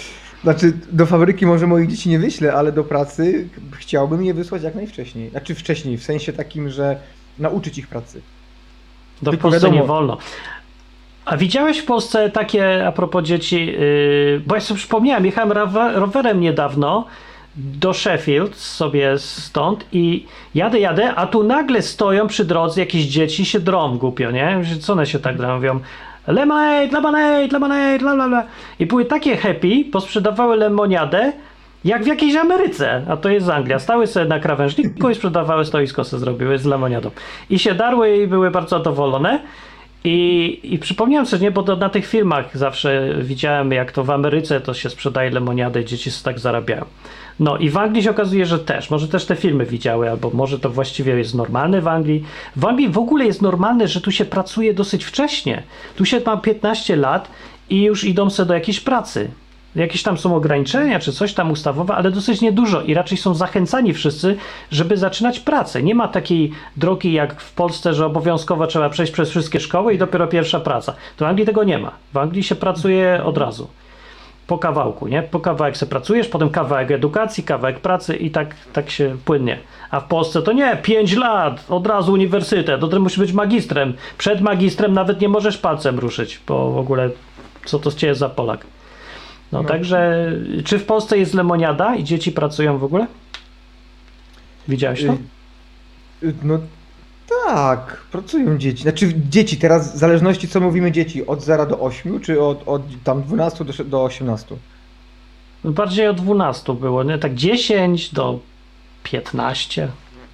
Znaczy, do fabryki może moich dzieci nie wyślę, ale do pracy chciałbym je wysłać jak najwcześniej. Znaczy wcześniej, w sensie takim, że nauczyć ich pracy. Do Tylko Polsce wiadomo- nie wolno. A widziałeś w Polsce takie, a propos dzieci, yy, bo ja sobie przypomniałem, jechałem rower, rowerem niedawno do Sheffield sobie stąd i jadę, jadę, a tu nagle stoją przy drodze jakieś dzieci i się drą głupio, nie? Myślę, co one się tak drą? Mówią lemonade, lemonade, lemonade, la la la. I były takie happy, posprzedawały lemoniadę jak w jakiejś Ameryce, a to jest Anglia. Stały sobie na krawężniku i sprzedawały, stoisko sobie zrobiły z lemoniadą. I się darły i były bardzo zadowolone. I, I przypomniałem sobie, nie, bo to na tych filmach zawsze widziałem, jak to w Ameryce to się sprzedaje lemoniadę i dzieci tak zarabiają. No i w Anglii się okazuje, że też. Może też te filmy widziały, albo może to właściwie jest normalne w Anglii. W Anglii w ogóle jest normalne, że tu się pracuje dosyć wcześnie. Tu się ma piętnaście lat i już idą sobie do jakiejś pracy. Jakieś tam są ograniczenia, czy coś tam ustawowe, ale dosyć niedużo i raczej są zachęcani wszyscy, żeby zaczynać pracę. Nie ma takiej drogi jak w Polsce, że obowiązkowo trzeba przejść przez wszystkie szkoły i dopiero pierwsza praca. To w Anglii tego nie ma. W Anglii się pracuje od razu. Po kawałku, nie? Po kawałek se pracujesz, potem kawałek edukacji, kawałek pracy i tak, tak się płynnie. A w Polsce to nie, pięć lat, od razu uniwersytet, to musisz być magistrem. Przed magistrem nawet nie możesz palcem ruszyć, bo w ogóle co to z ciebie za Polak? No, No. także, czy w Polsce jest lemoniada i dzieci pracują w ogóle? Widziałeś to? Y, y, No tak, pracują dzieci. Znaczy dzieci, teraz w zależności co mówimy dzieci, od zera do ośmiu, czy od, od tam dwunastu do, sze- do osiemnastu? Bardziej od dwunastu było, nie? Tak dziesięć do piętnastu.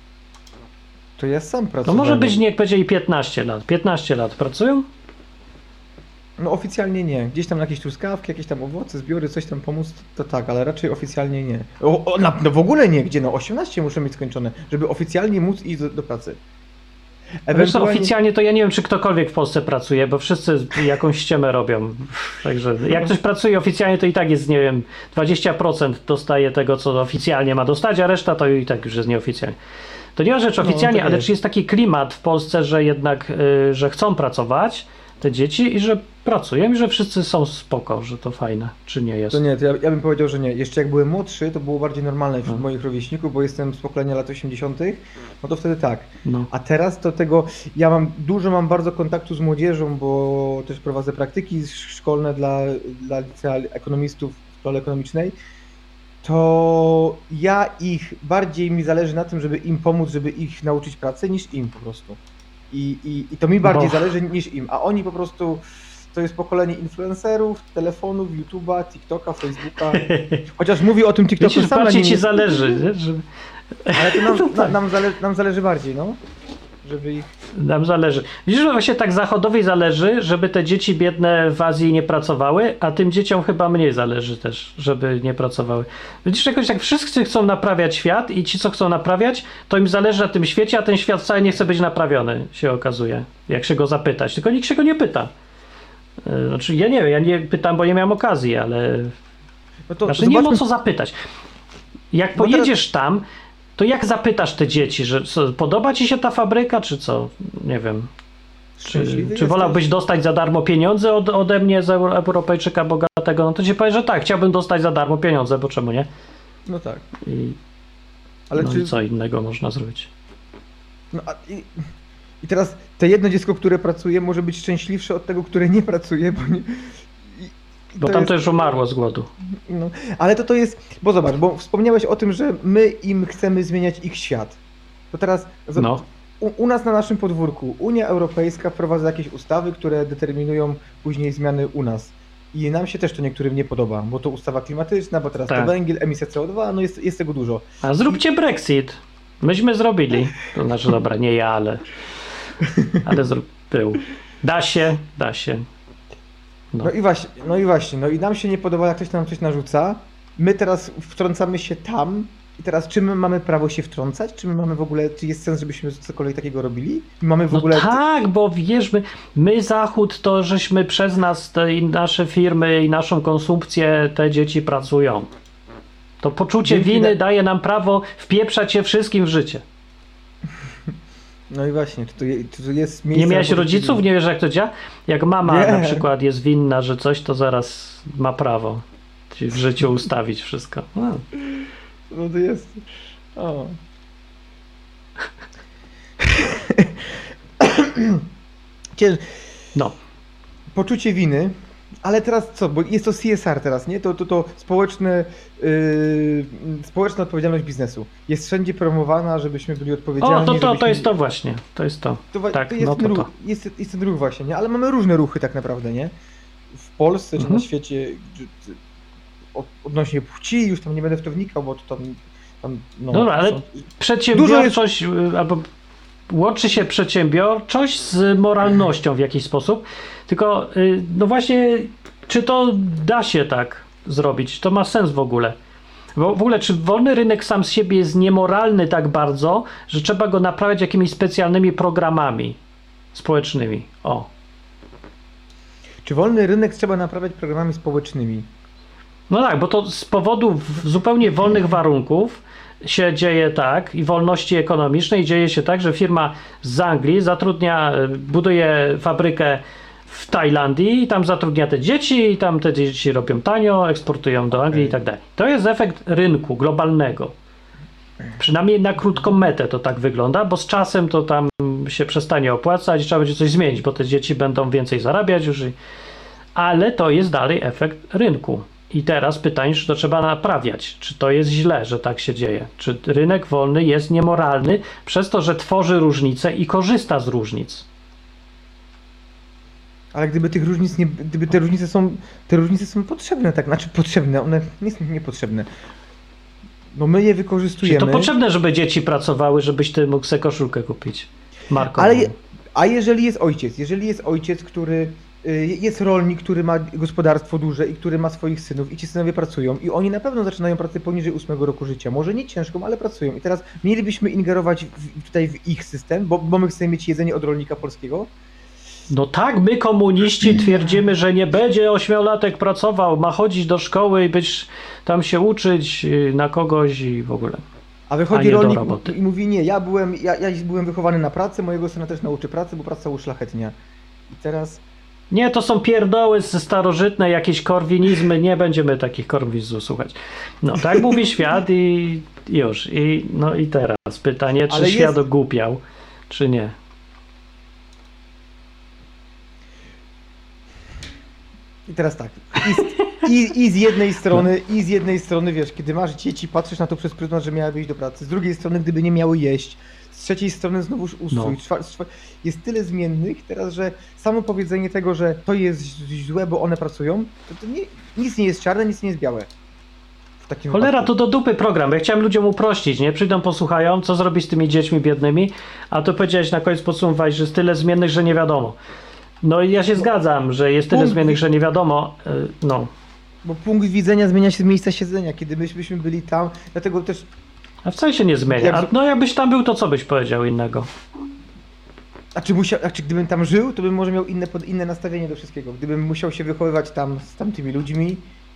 To ja sam No pracuję. może być, niech będzie i piętnaście lat. piętnaście lat pracują? No oficjalnie nie. Gdzieś tam jakieś truskawki, jakieś tam owoce, zbiory, coś tam pomóc, to tak, ale raczej oficjalnie nie. O, o, na, no w ogóle nie, gdzie no osiemnaście muszę mieć skończone, żeby oficjalnie móc iść do, do pracy. Wiesz co, oficjalnie to ja nie wiem, czy ktokolwiek w Polsce pracuje, bo wszyscy jakąś ściemę robią. Także jak ktoś pracuje oficjalnie, to i tak jest, nie wiem, dwadzieścia procent dostaje tego, co oficjalnie ma dostać, a reszta to i tak już jest nieoficjalnie. To nie ma rzecz oficjalnie, tak ale jest. czy jest taki klimat w Polsce, że jednak, y, że chcą pracować te dzieci i że pracują i że wszyscy są spoko, że to fajne, czy nie jest? To nie, to ja, ja bym powiedział, że nie. Jeszcze jak byłem młodszy, to było bardziej normalne wśród No. moich rówieśników, bo jestem z pokolenia lat osiemdziesiątych, no to wtedy tak. No. A teraz to tego, ja mam dużo, mam bardzo kontaktu z młodzieżą, bo też prowadzę praktyki szkolne dla, dla licea ekonomistów w szkole ekonomicznej, to ja ich, bardziej mi zależy na tym, żeby im pomóc, żeby ich nauczyć pracy, niż im po prostu. I, i, i to mi bardziej Bo- zależy niż im, a oni po prostu, to jest pokolenie influencerów, telefonów, YouTube'a, TikToka, Facebooka, chociaż mówi o tym TikToku Widzisz, sam na bardziej nim ci jest- zależy, nie? Żeby... ale to nam, No na, tak. nam, zale, nam zależy bardziej, no, żeby ich... Nam zależy. Widzisz, że właśnie tak Zachodowi zależy, żeby te dzieci biedne w Azji nie pracowały, a tym dzieciom chyba mniej zależy też, żeby nie pracowały. Widzisz, jakoś tak wszyscy chcą naprawiać świat i ci, co chcą naprawiać, to im zależy na tym świecie, a ten świat wcale nie chce być naprawiony, się okazuje, jak się go zapytać. Tylko nikt się go nie pyta. Yy, Znaczy, ja nie wiem, ja nie pytam, bo nie miałem okazji, ale No to znaczy, nie ma zobaczmy- o co zapytać. Jak Bo teraz- pojedziesz tam, to jak zapytasz te dzieci, że co, podoba ci się ta fabryka, czy co? Nie wiem. Czy, Szczęśliwy czy jesteś? wolałbyś dostać za darmo pieniądze od, ode mnie, z Euro- Europejczyka bogatego? No to ci powie, że tak, chciałbym dostać za darmo pieniądze, bo czemu nie? No tak, I, ale no czy... i co innego można zrobić? No, a, i, I teraz to jedno dziecko, które pracuje, może być szczęśliwsze od tego, które nie pracuje, bo nie... I, i Bo to tam jest, to już umarło z głodu. no, ale to to jest... Bo zobacz, bo wspomniałeś o tym, że my im chcemy zmieniać ich świat. To teraz... zob- No. U, u nas na naszym podwórku Unia Europejska wprowadza jakieś ustawy, które determinują później zmiany u nas. I nam się też to niektórym nie podoba, bo to ustawa klimatyczna, bo teraz Tak. to węgiel, emisja C O dwa, no jest, jest tego dużo. A zróbcie Brexit. Myśmy zrobili. To znaczy, dobra, nie ja, ale... Ale zrób, był. Da się, da się. No. No i właśnie, no i właśnie, no i nam się nie podoba, jak ktoś nam coś narzuca. My teraz wtrącamy się tam i teraz czy my mamy prawo się wtrącać? Czy my mamy w ogóle, czy jest sens, żebyśmy cokolwiek takiego robili? Mamy w No ogóle... tak, bo wiesz, my, my Zachód, to żeśmy przez nas, te i nasze firmy i naszą konsumpcję, te dzieci pracują. To poczucie Dzięki winy na- daje nam prawo wpieprzać się wszystkim w życie. No i właśnie, czy to, je, czy to jest miejsce... Nie miałeś na rodziców? pozytywizm? Nie wiesz, jak to działa? Jak mama Nie. na przykład jest winna, że coś, to zaraz ma prawo. ci w życiu ustawić wszystko. No. No to jest... O. Cię- no. Poczucie winy, ale teraz co, bo jest to C S R teraz, nie? To, to, to społeczne, yy, społeczna odpowiedzialność biznesu. Jest wszędzie promowana, żebyśmy byli odpowiedzialni. O, to, to, to żebyśmy... jest to właśnie. To jest to. To, wa- Tak, to jest, no ten to ruch, to. Jest, jest ten ruch właśnie, nie? Ale mamy różne ruchy tak naprawdę, nie? W Polsce czy Mhm. na świecie gdzie- gdzie- od, odnośnie płci, już tam nie będę w to wnikał, bo to tam... tam no, Dobra, ale są- przedsiębiorczość y, albo łączy się przedsiębiorczość z moralnością w jakiś sposób, tylko y, no właśnie, czy to da się tak zrobić? To ma sens w ogóle. Bo w ogóle, czy wolny rynek sam z siebie jest niemoralny tak bardzo, że trzeba go naprawiać jakimiś specjalnymi programami społecznymi? O. Czy wolny rynek trzeba naprawiać programami społecznymi? No tak, bo to z powodu w- zupełnie wolnych warunków się dzieje tak i wolności ekonomicznej dzieje się tak, że firma z Anglii zatrudnia, y, buduje fabrykę w Tajlandii i tam zatrudnia te dzieci i tam te dzieci robią tanio, eksportują do Anglii Okej. i tak dalej. To jest efekt rynku globalnego. Przynajmniej na krótką metę to tak wygląda, bo z czasem to tam się przestanie opłacać i trzeba będzie coś zmienić, bo te dzieci będą więcej zarabiać już. I... Ale to jest dalej efekt rynku. I teraz pytanie, czy to trzeba naprawiać? Czy to jest źle, że tak się dzieje? Czy rynek wolny jest niemoralny przez to, że tworzy różnice i korzysta z różnic? Ale gdyby tych różnic nie, gdyby te różnice są, te różnice są potrzebne, tak, znaczy potrzebne, one nie są niepotrzebne. No my je Czy wykorzystujemy. to potrzebne, żeby dzieci pracowały, żebyś ty mógł sobie koszulkę kupić markową? Ale je, a jeżeli jest ojciec, jeżeli jest ojciec, który y, jest rolnik, który ma gospodarstwo duże i który ma swoich synów i ci synowie pracują i oni na pewno zaczynają pracę poniżej ósmego roku życia, może nie ciężką, ale pracują. I teraz mielibyśmy ingerować w, tutaj w ich system, bo, bo my chcemy mieć jedzenie od rolnika polskiego. No tak, my komuniści twierdzimy, że nie będzie ośmiolatek pracował, ma chodzić do szkoły i być tam się uczyć y, na kogoś i w ogóle. A A wychodzi nie do rolnik roboty. i mówi, nie, ja byłem, ja, ja byłem wychowany na pracę, mojego syna też nauczy pracy, bo praca uszlachetnia. I teraz... Nie, to są pierdoły ze starożytne, jakieś korwinizmy, nie będziemy takich korwinizmów słuchać. No, tak mówi świat i już. I, no i teraz pytanie, czy Ale świat jest- ogłupiał, czy nie? I teraz tak, i z, i, i z jednej strony, i z jednej strony, wiesz, kiedy masz dzieci, patrzysz na to przez pryzmat, że miały iść do pracy, z drugiej strony, gdyby nie miały jeść, z trzeciej strony znowuż ustrój, No. czwa- czwa- jest tyle zmiennych teraz, że samo powiedzenie tego, że to jest źle, bo one pracują, to, to nie, nic nie jest czarne, nic nie jest białe. W takim Cholera, wypadku. to do dupy program. Ja chciałem ludziom uprościć, nie? Przyjdą, posłuchają, co zrobić z tymi dziećmi biednymi, a to powiedziałeś na koniec podsumować, że jest tyle zmiennych, że nie wiadomo. No i ja się zgadzam, że jest tyle Punkt- zmiennych, że nie wiadomo. y, No. Bo punkt widzenia zmienia się z miejsca siedzenia, kiedy myśmy byli tam, dlatego też A wcale się nie zmienia. Jak- A, no jakbyś tam był, to co byś powiedział innego? A czy, musiał, a czy gdybym tam żył, to bym może miał inne, pod- inne nastawienie do wszystkiego. Gdybym musiał się wychowywać tam z tamtymi ludźmi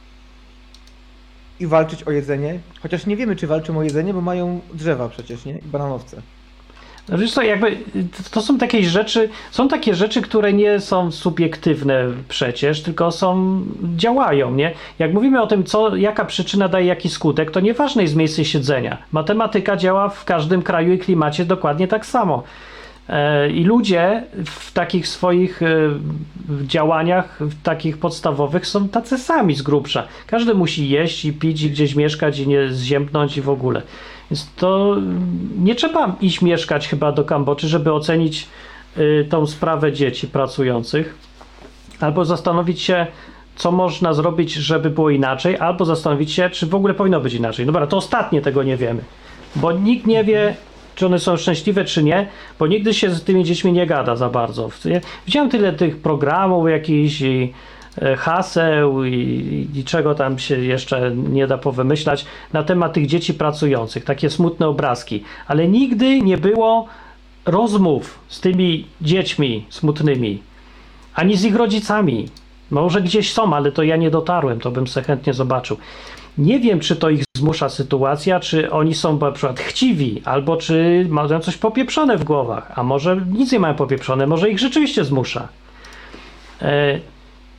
i walczyć o jedzenie. Chociaż nie wiemy, czy walczą o jedzenie, bo mają drzewa przecież, nie? I bananowce. No wiesz co, jakby to są takie rzeczy, są takie rzeczy, które nie są subiektywne przecież, tylko są, działają, nie? Jak mówimy o tym, co, jaka przyczyna daje jaki skutek, to nieważne jest miejsce siedzenia. Matematyka działa w każdym kraju i klimacie dokładnie tak samo. E, I ludzie w takich swoich e, działaniach, w takich podstawowych są tacy sami z grubsza. Każdy musi jeść i pić i gdzieś mieszkać i nie zziębnąć i w ogóle. Więc to nie trzeba iść mieszkać chyba do Kambodży, żeby ocenić y, tą sprawę dzieci pracujących, albo zastanowić się, co można zrobić, żeby było inaczej, albo zastanowić się, czy w ogóle powinno być inaczej. Dobra, to ostatnie tego nie wiemy, bo nikt nie wie, czy one są szczęśliwe, czy nie, bo nigdy się z tymi dziećmi nie gada za bardzo. Ja widziałem tyle tych programów jakichś i e, haseł i, i czego tam się jeszcze nie da powymyślać na temat tych dzieci pracujących, takie smutne obrazki, ale nigdy nie było rozmów z tymi dziećmi smutnymi, ani z ich rodzicami. Może gdzieś są, ale to ja nie dotarłem, to bym se chętnie zobaczył. Nie wiem, czy to ich zmusza sytuacja, czy oni są na przykład chciwi, albo czy mają coś popieprzone w głowach, a może nic nie mają popieprzone, może ich rzeczywiście zmusza. E,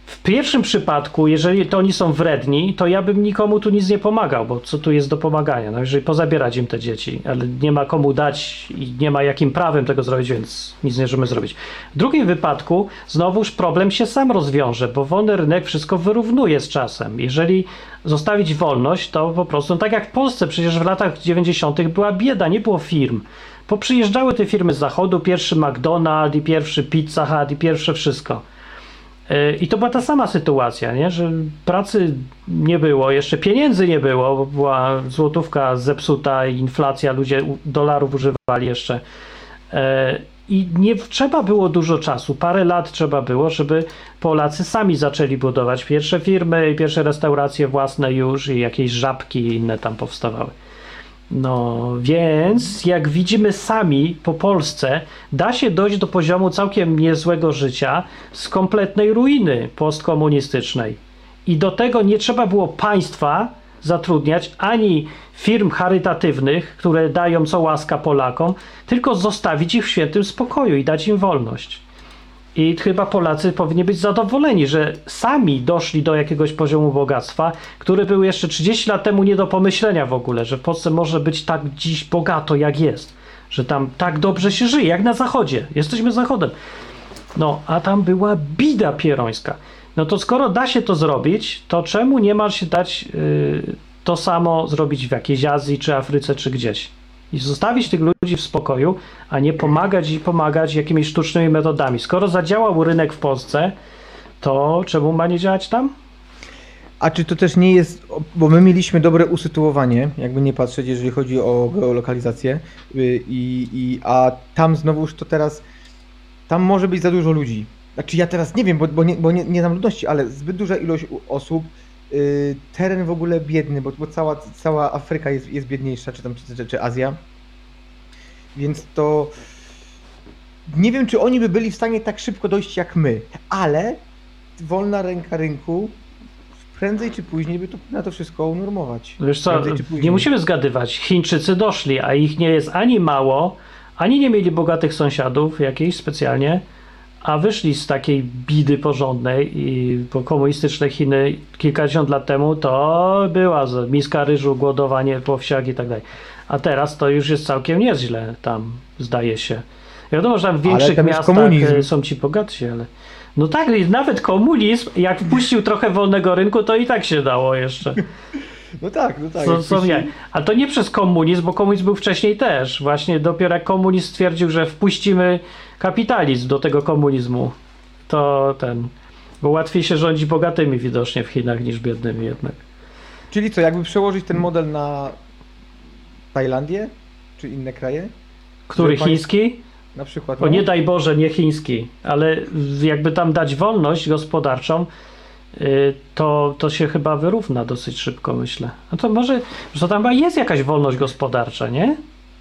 w pierwszym przypadku, jeżeli to oni są wredni, to ja bym nikomu tu nic nie pomagał, bo co tu jest do pomagania? No jeżeli pozabierać im te dzieci, ale nie ma komu dać i nie ma jakim prawem tego zrobić, więc nic nie możemy zrobić. W drugim wypadku znowuż problem się sam rozwiąże, bo wolny rynek wszystko wyrównuje z czasem. Jeżeli zostawić wolność, to po prostu, no tak jak w Polsce, przecież w latach dziewięćdziesiątych była bieda, nie było firm. Poprzyjeżdżały te firmy z zachodu, pierwszy McDonald's i pierwszy Pizza Hut i pierwsze wszystko. I to była ta sama sytuacja, nie? Że pracy nie było, jeszcze pieniędzy nie było, bo była złotówka zepsuta i inflacja, ludzie dolarów używali jeszcze. I nie trzeba było dużo czasu, parę lat trzeba było, żeby Polacy sami zaczęli budować pierwsze firmy i pierwsze restauracje własne już i jakieś żabki i inne tam powstawały. No więc jak widzimy sami po Polsce, da się dojść do poziomu całkiem niezłego życia z kompletnej ruiny postkomunistycznej. I do tego nie trzeba było państwa zatrudniać, ani firm charytatywnych, które dają co łaska Polakom, tylko zostawić ich w świętym spokoju i dać im wolność. I chyba Polacy powinni być zadowoleni, że sami doszli do jakiegoś poziomu bogactwa, który był jeszcze trzydzieści lat temu nie do pomyślenia w ogóle, że w Polsce może być tak dziś bogato jak jest, że tam tak dobrze się żyje, jak na zachodzie. Jesteśmy zachodem. No, a tam była bida pierońska. No to skoro da się to zrobić, to czemu nie ma się dać yy, to samo zrobić w jakiejś Azji, czy Afryce, czy gdzieś? I zostawić tych ludzi w spokoju, a nie pomagać i pomagać jakimiś sztucznymi metodami. Skoro zadziałał rynek w Polsce, to czemu ma nie działać tam? A czy to też nie jest, bo my mieliśmy dobre usytuowanie, jakby nie patrzeć, jeżeli chodzi o geolokalizację, i, i, a tam znowuż to teraz, tam może być za dużo ludzi. Znaczy ja teraz nie wiem, bo, bo, nie, bo nie, nie znam ludności, ale zbyt duża ilość osób, yy, teren w ogóle biedny, bo, bo cała, cała Afryka jest, jest biedniejsza, czy tam czy, czy, czy Azja. Więc to nie wiem, czy oni by byli w stanie tak szybko dojść jak my, ale wolna ręka rynku prędzej czy później by to, na to wszystko unormować. Wiesz co, Prędzej czy później. nie musimy zgadywać. Chińczycy doszli, a ich nie jest ani mało, ani nie mieli bogatych sąsiadów jakichś specjalnie, a wyszli z takiej bidy porządnej i po komunistyczne Chiny kilkadziesiąt lat temu to była miska ryżu, głodowanie po wsiach i tak dalej. A teraz to już jest całkiem nieźle tam, zdaje się. Wiadomo, że tam w większych tam jest miastach komunizm. są ci bogatsi, ale... No tak, nawet komunizm, jak wpuścił trochę wolnego rynku, to i tak się dało jeszcze. No tak, no tak. Co, jak co puści- nie. Ale to nie przez komunizm, bo komunizm był wcześniej też. Właśnie dopiero jak komunizm stwierdził, że wpuścimy kapitalizm do tego komunizmu, to ten... Bo łatwiej się rządzi bogatymi widocznie w Chinach niż biednymi jednak. Czyli co, jakby przełożyć ten model na Tajlandię czy inne kraje? Który Że państw- chiński? Na przykład. O no? nie daj Boże, nie chiński, ale jakby tam dać wolność gospodarczą, y, to, to się chyba wyrówna dosyć szybko, myślę. No to może, że tam chyba jest jakaś wolność gospodarcza, nie?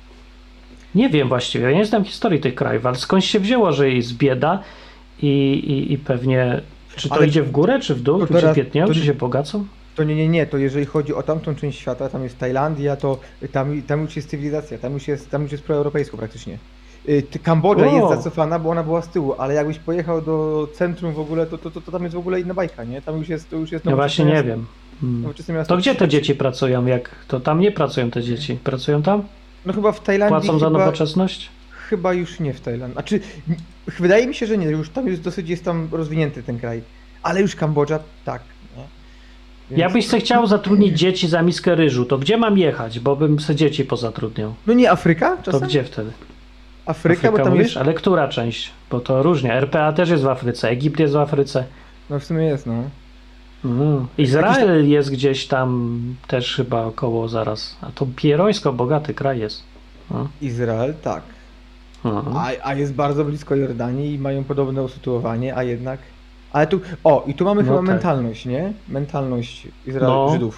Nie wiem właściwie, ja nie znam historii tych krajów, ale skądś się wzięło, że jest bieda i, i, i pewnie, czy to Ale idzie w górę, czy w dół, to czy teraz- biednieją, to- czy się bogacą? To nie, nie, nie, to jeżeli chodzi o tamtą część świata, tam jest Tajlandia, to tam, tam już jest cywilizacja, tam już jest, tam już jest proeuropejsko praktycznie. Y, ty- Kambodża O! jest zacofana, bo ona była z tyłu, ale jakbyś pojechał do centrum w ogóle, to, to, to, to tam jest w ogóle inna bajka, nie? Tam już jest, to już jest Ja właśnie nowoczesne nie miasto- wiem. Hmm. nowoczesne miasto. To gdzie te dzieci pracują? Jak to tam nie pracują te dzieci? Pracują tam? No chyba w Tajlandii Płacą za chyba, nowoczesność? chyba już nie w Tajlandii. Znaczy, m- wydaje mi się, że nie, już tam jest dosyć jest tam rozwinięty ten kraj. Ale już Kambodża, tak. Nie? Więc- Jakbyś se chciał zatrudnić dzieci za miskę ryżu, to gdzie mam jechać? Bo bym se dzieci pozatrudniał. No nie Afryka czasem? To gdzie wtedy? Afryka, bo tam mówisz? jest... Ale która część? Bo to różnie. R P A też jest w Afryce, Egipt jest w Afryce. No w sumie jest, no. Mm. Izrael jest gdzieś tam też chyba około zaraz. A to pierońsko bogaty kraj jest. No. Izrael, tak. No. A, a jest bardzo blisko Jordanii i mają podobne usytuowanie, a jednak... Ale tu, o, i tu mamy No chyba tak. mentalność, nie? Mentalność Izrael, No. Żydów.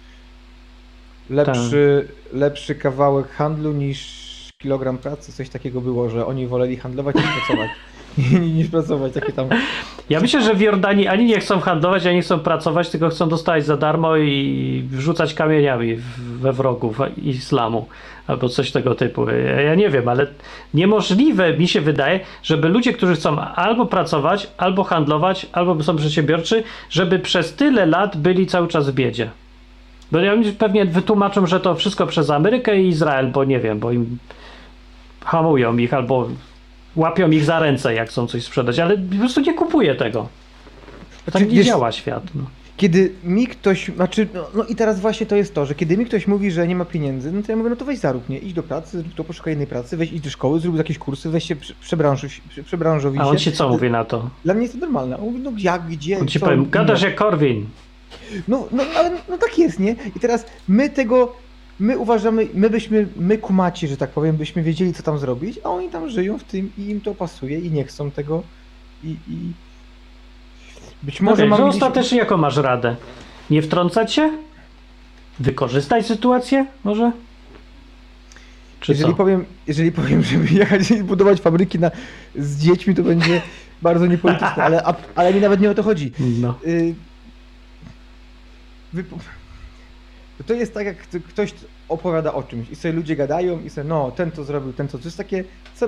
Lepszy, lepszy kawałek handlu niż kilogram pracy, coś takiego było, że oni woleli handlować niż pracować. niż pracować, takie tam. Ja myślę, że w Jordanii ani nie chcą handlować, ani nie chcą pracować, tylko chcą dostawać za darmo i wrzucać kamieniami we wrogów islamu. Albo coś tego typu. Ja, ja nie wiem, ale niemożliwe mi się wydaje, żeby ludzie, którzy chcą albo pracować, albo handlować, albo są przedsiębiorczy, żeby przez tyle lat byli cały czas w biedzie. Bo ja pewnie wytłumaczą, że to wszystko przez Amerykę i Izrael, bo nie wiem, bo im hamują ich albo łapią ich za ręce, jak chcą coś sprzedać, ale po prostu nie kupuję tego. Tak Znaczy, nie wiesz, działa świat. No. Kiedy mi ktoś, znaczy, no, no i teraz właśnie to jest to, że kiedy mi ktoś mówi, że nie ma pieniędzy, no to ja mówię, no to weź zarób, nie? Idź do pracy, zrób to, poszukaj innej pracy, weź idź do szkoły, zrób jakieś kursy, weź się prze- przebranżuj, prze- przebranżowi A on się. ci co mówi na to? Dla mnie jest to normalne. On mówi, no jak, gdzie, On ci co, powiem, gadasz inne. jak Korwin. No, no, ale no tak jest, nie? I teraz my tego, my uważamy, my byśmy, my kumaci, że tak powiem, byśmy wiedzieli, co tam zrobić, a oni tam żyją w tym i im to pasuje i nie chcą tego i... i... Być No może wiesz, mam że gdzieś- ostatecznie jaką masz radę? Nie wtrącać się? Wykorzystać sytuację może? Czy Jeżeli co? powiem, jeżeli powiem, żeby jechać i budować fabryki na, z dziećmi, to będzie bardzo niepolityczne, ale, a, ale mi nawet nie o to chodzi. No. Y, wy, to jest tak, jak ktoś opowiada o czymś i sobie ludzie gadają i sobie, no, ten to zrobił, ten to, to jest takie, co...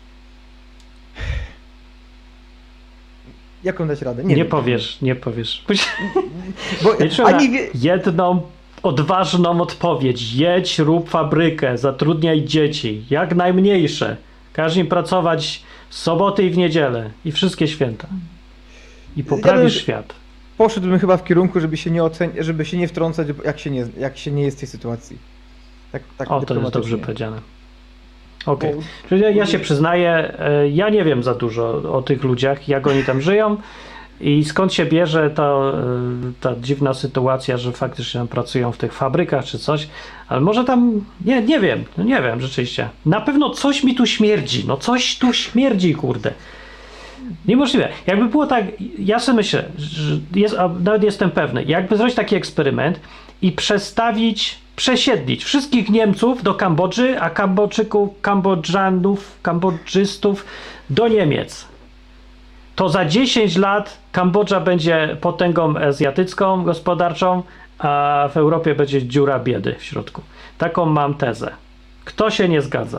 Jaką dać radę? Nie, wiem. powiesz, nie powiesz. Bo Liczę ani na wie... jedną odważną odpowiedź. Jedź, rób fabrykę, zatrudniaj dzieci. Jak najmniejsze. Każ im pracować w soboty i w niedzielę. I wszystkie święta. I poprawisz Ja bym- świat. Poszedłbym chyba w kierunku, żeby się nie ocen... żeby się nie wtrącać, jak się nie, jak się nie jest w tej sytuacji. Tak, tak O, to jest dyplomatycznie. dobrze powiedziane. Okej. Bo- Czyli ja, ja się przyznaję, e, ja nie wiem za dużo o tych ludziach, jak oni tam żyją i skąd się bierze ta, e, ta dziwna sytuacja, że faktycznie tam pracują w tych fabrykach czy coś, ale może tam, nie, nie wiem, no nie wiem rzeczywiście. Na pewno coś mi tu śmierdzi, no coś tu śmierdzi, kurde. Niemożliwe. Jakby było tak, ja sobie myślę, że jest, a nawet jestem pewny, jakby zrobić taki eksperyment i przestawić, przesiedlić wszystkich Niemców do Kambodży, a Kambodżyków, Kambodżanów, Kambodżystów do Niemiec. To za dziesięć lat Kambodża będzie potęgą azjatycką, gospodarczą, a w Europie będzie dziura biedy w środku. Taką mam tezę. Kto się nie zgadza?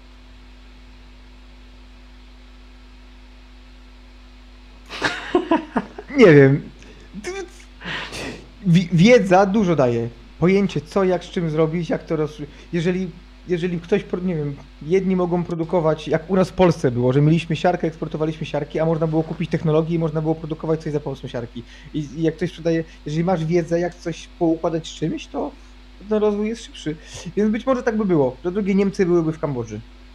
Nie wiem. Wi- Wiedza dużo daje. Pojęcie co, jak, z czym zrobić, jak to roz... Jeżeli, jeżeli ktoś, pro- nie wiem, jedni mogą produkować, jak u nas w Polsce było, że mieliśmy siarkę, eksportowaliśmy siarki, a można było kupić technologię i można było produkować coś za pomocą siarki. I, i jak ktoś sprzedaje, jeżeli masz wiedzę, jak coś poukładać z czymś, to ten rozwój jest szybszy. Więc być może tak by było. Że drugie Niemcy byłyby w Kambodży.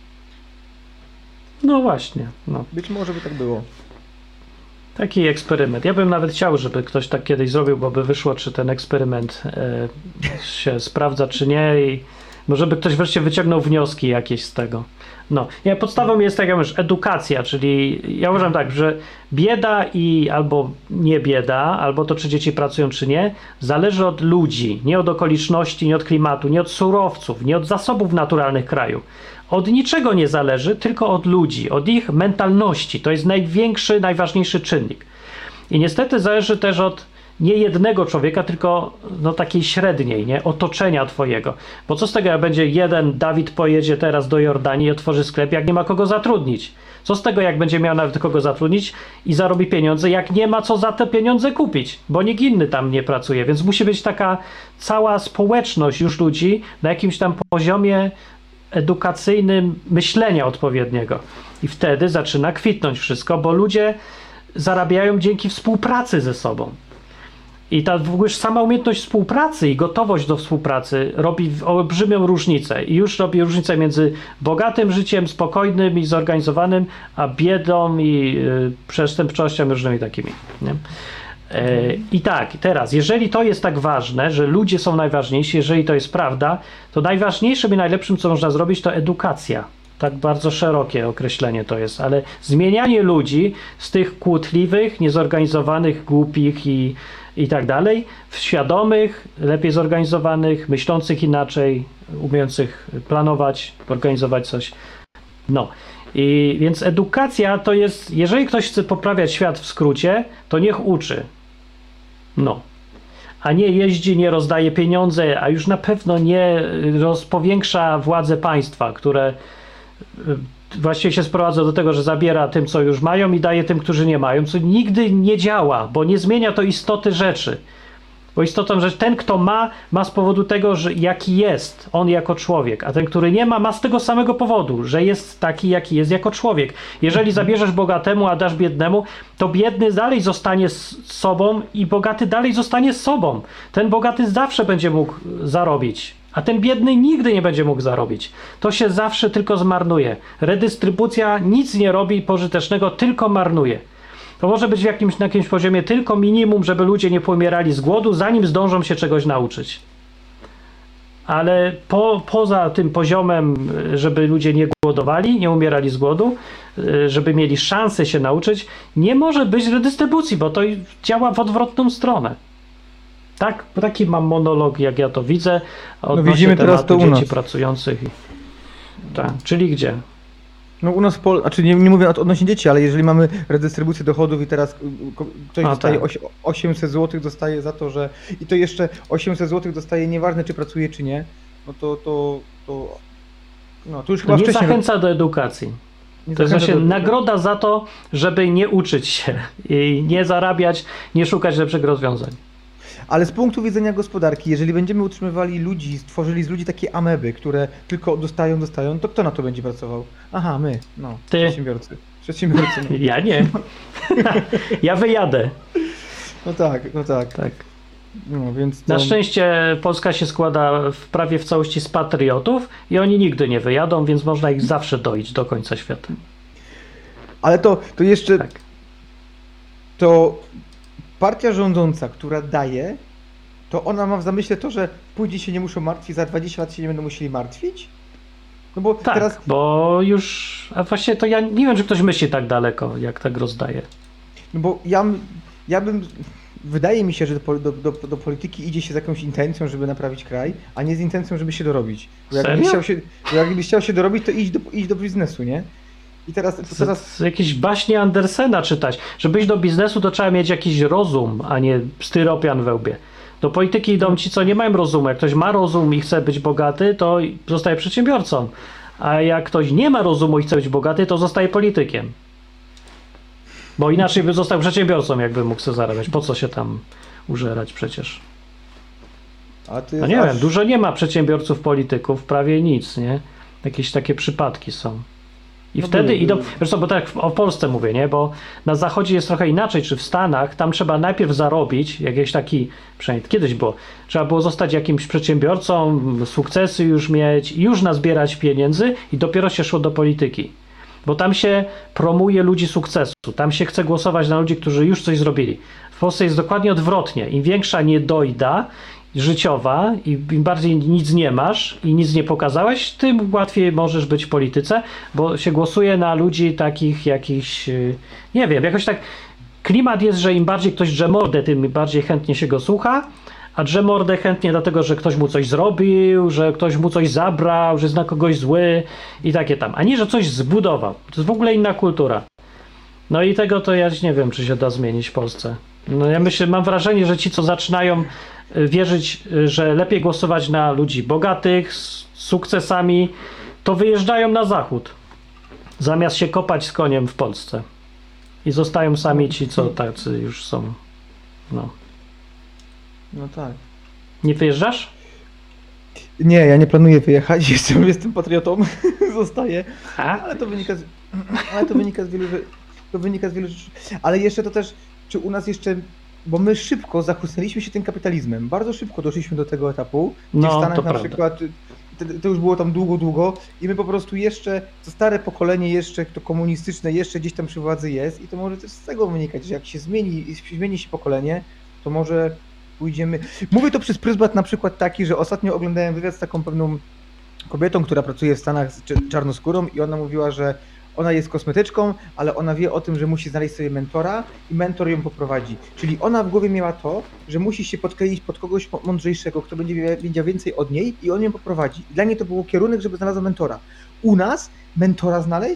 No właśnie, no. Być może by tak było. Taki eksperyment. Ja bym nawet chciał, żeby ktoś tak kiedyś zrobił, bo by wyszło, czy ten eksperyment e, się sprawdza, czy nie i może by ktoś wreszcie wyciągnął wnioski jakieś z tego. No, ja podstawą jest, tak jak mówisz, edukacja, czyli ja uważam tak, że bieda i albo nie bieda, albo to, czy dzieci pracują, czy nie, zależy od ludzi, nie od okoliczności, nie od klimatu, nie od surowców, nie od zasobów naturalnych kraju. Od niczego nie zależy, tylko od ludzi, od ich mentalności. To jest największy, najważniejszy czynnik. I niestety zależy też od nie jednego człowieka, tylko no, takiej średniej, nie? Otoczenia twojego. Bo co z tego, jak będzie jeden Dawid pojedzie teraz do Jordanii i otworzy sklep, jak nie ma kogo zatrudnić? Co z tego, jak będzie miał nawet kogo zatrudnić i zarobi pieniądze, jak nie ma co za te pieniądze kupić? Bo nikt inny tam nie pracuje, więc musi być taka cała społeczność już ludzi na jakimś tam poziomie edukacyjnym myślenia odpowiedniego. I wtedy zaczyna kwitnąć wszystko, bo ludzie zarabiają dzięki współpracy ze sobą. I ta w ogóle już sama umiejętność współpracy i gotowość do współpracy robi olbrzymią różnicę. I już robi różnicę między bogatym życiem, spokojnym i zorganizowanym, a biedą i y, przestępczością różnymi takimi. Nie? Y, I tak, teraz, jeżeli to jest tak ważne, że ludzie są najważniejsi, jeżeli to jest prawda, to najważniejszym i najlepszym, co można zrobić, to edukacja. Tak bardzo szerokie określenie to jest, ale zmienianie ludzi z tych kłótliwych, niezorganizowanych, głupich i, i tak dalej, w świadomych, lepiej zorganizowanych, myślących inaczej, umiejących planować, organizować coś. No I więc edukacja to jest, jeżeli ktoś chce poprawiać świat w skrócie, to niech uczy. No. A nie jeździ, nie rozdaje pieniądze, a już na pewno nie roz, powiększa władzę państwa, które właściwie się sprowadza do tego, że zabiera tym, co już mają i daje tym, którzy nie mają, co nigdy nie działa, bo nie zmienia to istoty rzeczy. Bo istotą rzeczy, ten, kto ma, ma z powodu tego, że jaki jest on jako człowiek, a ten, który nie ma, ma z tego samego powodu, że jest taki, jaki jest jako człowiek. Jeżeli zabierzesz bogatemu, a dasz biednemu, to biedny dalej zostanie z sobą i bogaty dalej zostanie z sobą. Ten bogaty zawsze będzie mógł zarobić, a ten biedny nigdy nie będzie mógł zarobić. To się zawsze tylko zmarnuje. Redystrybucja nic nie robi pożytecznego, tylko marnuje. To może być w jakimś, na jakimś poziomie tylko minimum, żeby ludzie nie pomierali z głodu, zanim zdążą się czegoś nauczyć. Ale po, poza tym poziomem, żeby ludzie nie głodowali, nie umierali z głodu, żeby mieli szansę się nauczyć, nie może być redystrybucji, bo to działa w odwrotną stronę. Tak, taki mam monolog, jak ja to widzę, odnośnie no widzimy teraz to u dzieci nas. pracujących. Tak, czyli gdzie? No u nas w Polsce, znaczy nie, nie mówię odnośnie dzieci, ale jeżeli mamy redystrybucję dochodów i teraz ktoś A, dostaje tak. osiemset złotych, dostaje za to, że i to jeszcze osiemset złotych dostaje nieważne czy pracuje czy nie, no to to, to no to już chyba Nie wcześniej zachęca do edukacji. nie To jest zachęca właśnie do- nagroda za to, żeby nie uczyć się i nie zarabiać, nie szukać lepszych rozwiązań. Ale z punktu widzenia gospodarki, jeżeli będziemy utrzymywali ludzi, stworzyli z ludzi takie ameby, które tylko dostają, dostają, to kto na to będzie pracował? Aha, my, no, Ty. przedsiębiorcy. Przedsiębiorcy. No. Ja nie. Ja wyjadę. no tak, no tak. Tak. No, więc to... Na szczęście Polska się składa w prawie w całości z patriotów i oni nigdy nie wyjadą, więc można ich zawsze doić do końca świata. Ale to, to jeszcze, Tak. to partia rządząca, która daje, to ona ma w zamyśle to, że później się nie muszą martwić, za dwadzieścia lat się nie będą musieli martwić? No bo Tak, teraz, bo już, a właśnie to ja nie wiem, czy ktoś myśli tak daleko, jak tak rozdaje. no bo ja, ja bym, wydaje mi się, że do, pol- do, do, do polityki idzie się z jakąś intencją, żeby naprawić kraj, a nie z intencją, żeby się dorobić. Bo jakbyś Serio? chciał się, bo jakbyś chciał się dorobić, to idź do, idź do biznesu, nie? I teraz, to Z, teraz z jakieś baśnie Andersena czytać. Żeby iść do biznesu, to trzeba mieć jakiś rozum, a nie styropian we łbie. Do polityki idą ci, co nie mają rozumu. Jak ktoś ma rozum i chce być bogaty, to zostaje przedsiębiorcą. A jak ktoś nie ma rozumu i chce być bogaty, to zostaje politykiem. Bo inaczej by został przedsiębiorcą, jakby mógł sobie zarabiać. Po co się tam użerać przecież? a ty No nie aż- wiem, dużo nie ma przedsiębiorców, polityków, prawie nic, nie? Jakieś takie przypadki są. I No wtedy były, idą, były. wiesz co, bo tak o Polsce mówię, nie? Bo na zachodzie jest trochę inaczej, czy w Stanach, tam trzeba najpierw zarobić, jakiś taki, przynajmniej kiedyś było, trzeba było zostać jakimś przedsiębiorcą, sukcesy już mieć, już nazbierać pieniędzy i dopiero się szło do polityki. Bo tam się promuje ludzi sukcesu, tam się chce głosować na ludzi, którzy już coś zrobili. W Polsce jest dokładnie odwrotnie. Im większa niedojda życiowa i im bardziej nic nie masz i nic nie pokazałeś, tym łatwiej możesz być w polityce, bo się głosuje na ludzi takich jakichś, yy, nie wiem, jakoś tak klimat jest, że im bardziej ktoś drze mordę, tym bardziej chętnie się go słucha, a drze mordę chętnie dlatego, że ktoś mu coś zrobił, że ktoś mu coś zabrał, że zna kogoś zły i takie tam, a nie, że coś zbudował. To jest w ogóle inna kultura. No i tego to ja nie wiem, czy się da zmienić w Polsce. No ja myślę, mam wrażenie, że ci, co zaczynają y, wierzyć, y, że lepiej głosować na ludzi bogatych, z sukcesami, to wyjeżdżają na zachód, zamiast się kopać z koniem w Polsce. I zostają sami ci, co tacy już są. No. No tak. Nie wyjeżdżasz? Nie, ja nie planuję wyjechać, jestem, jestem patriotą, zostaję. A? Ale to wynika z, ale to wynika z wielu, to wynika z wielu rzeczy. Ale jeszcze to też, czy u nas jeszcze, bo my szybko zachłysnęliśmy się tym kapitalizmem. Bardzo szybko doszliśmy do tego etapu, gdzie No, w Stanach to na prawda. przykład, to, to już było tam długo, długo i my po prostu jeszcze, to stare pokolenie jeszcze, to komunistyczne jeszcze gdzieś tam przy władzy jest i to może też z tego wynikać, że jak się zmieni, zmieni się pokolenie, to może pójdziemy... Mówię to przez pryzmat na przykład taki, że ostatnio oglądałem wywiad z taką pewną kobietą, która pracuje w Stanach z cz- czarnoskórą i ona mówiła, że ona jest kosmetyczką, ale ona wie o tym, że musi znaleźć sobie mentora i mentor ją poprowadzi. Czyli ona w głowie miała to, że musi się podkleić pod kogoś mo- mądrzejszego, kto będzie wie- wiedział więcej od niej i on ją poprowadzi. I dla niej to był kierunek, żeby znalazła mentora. U nas mentora znaleźć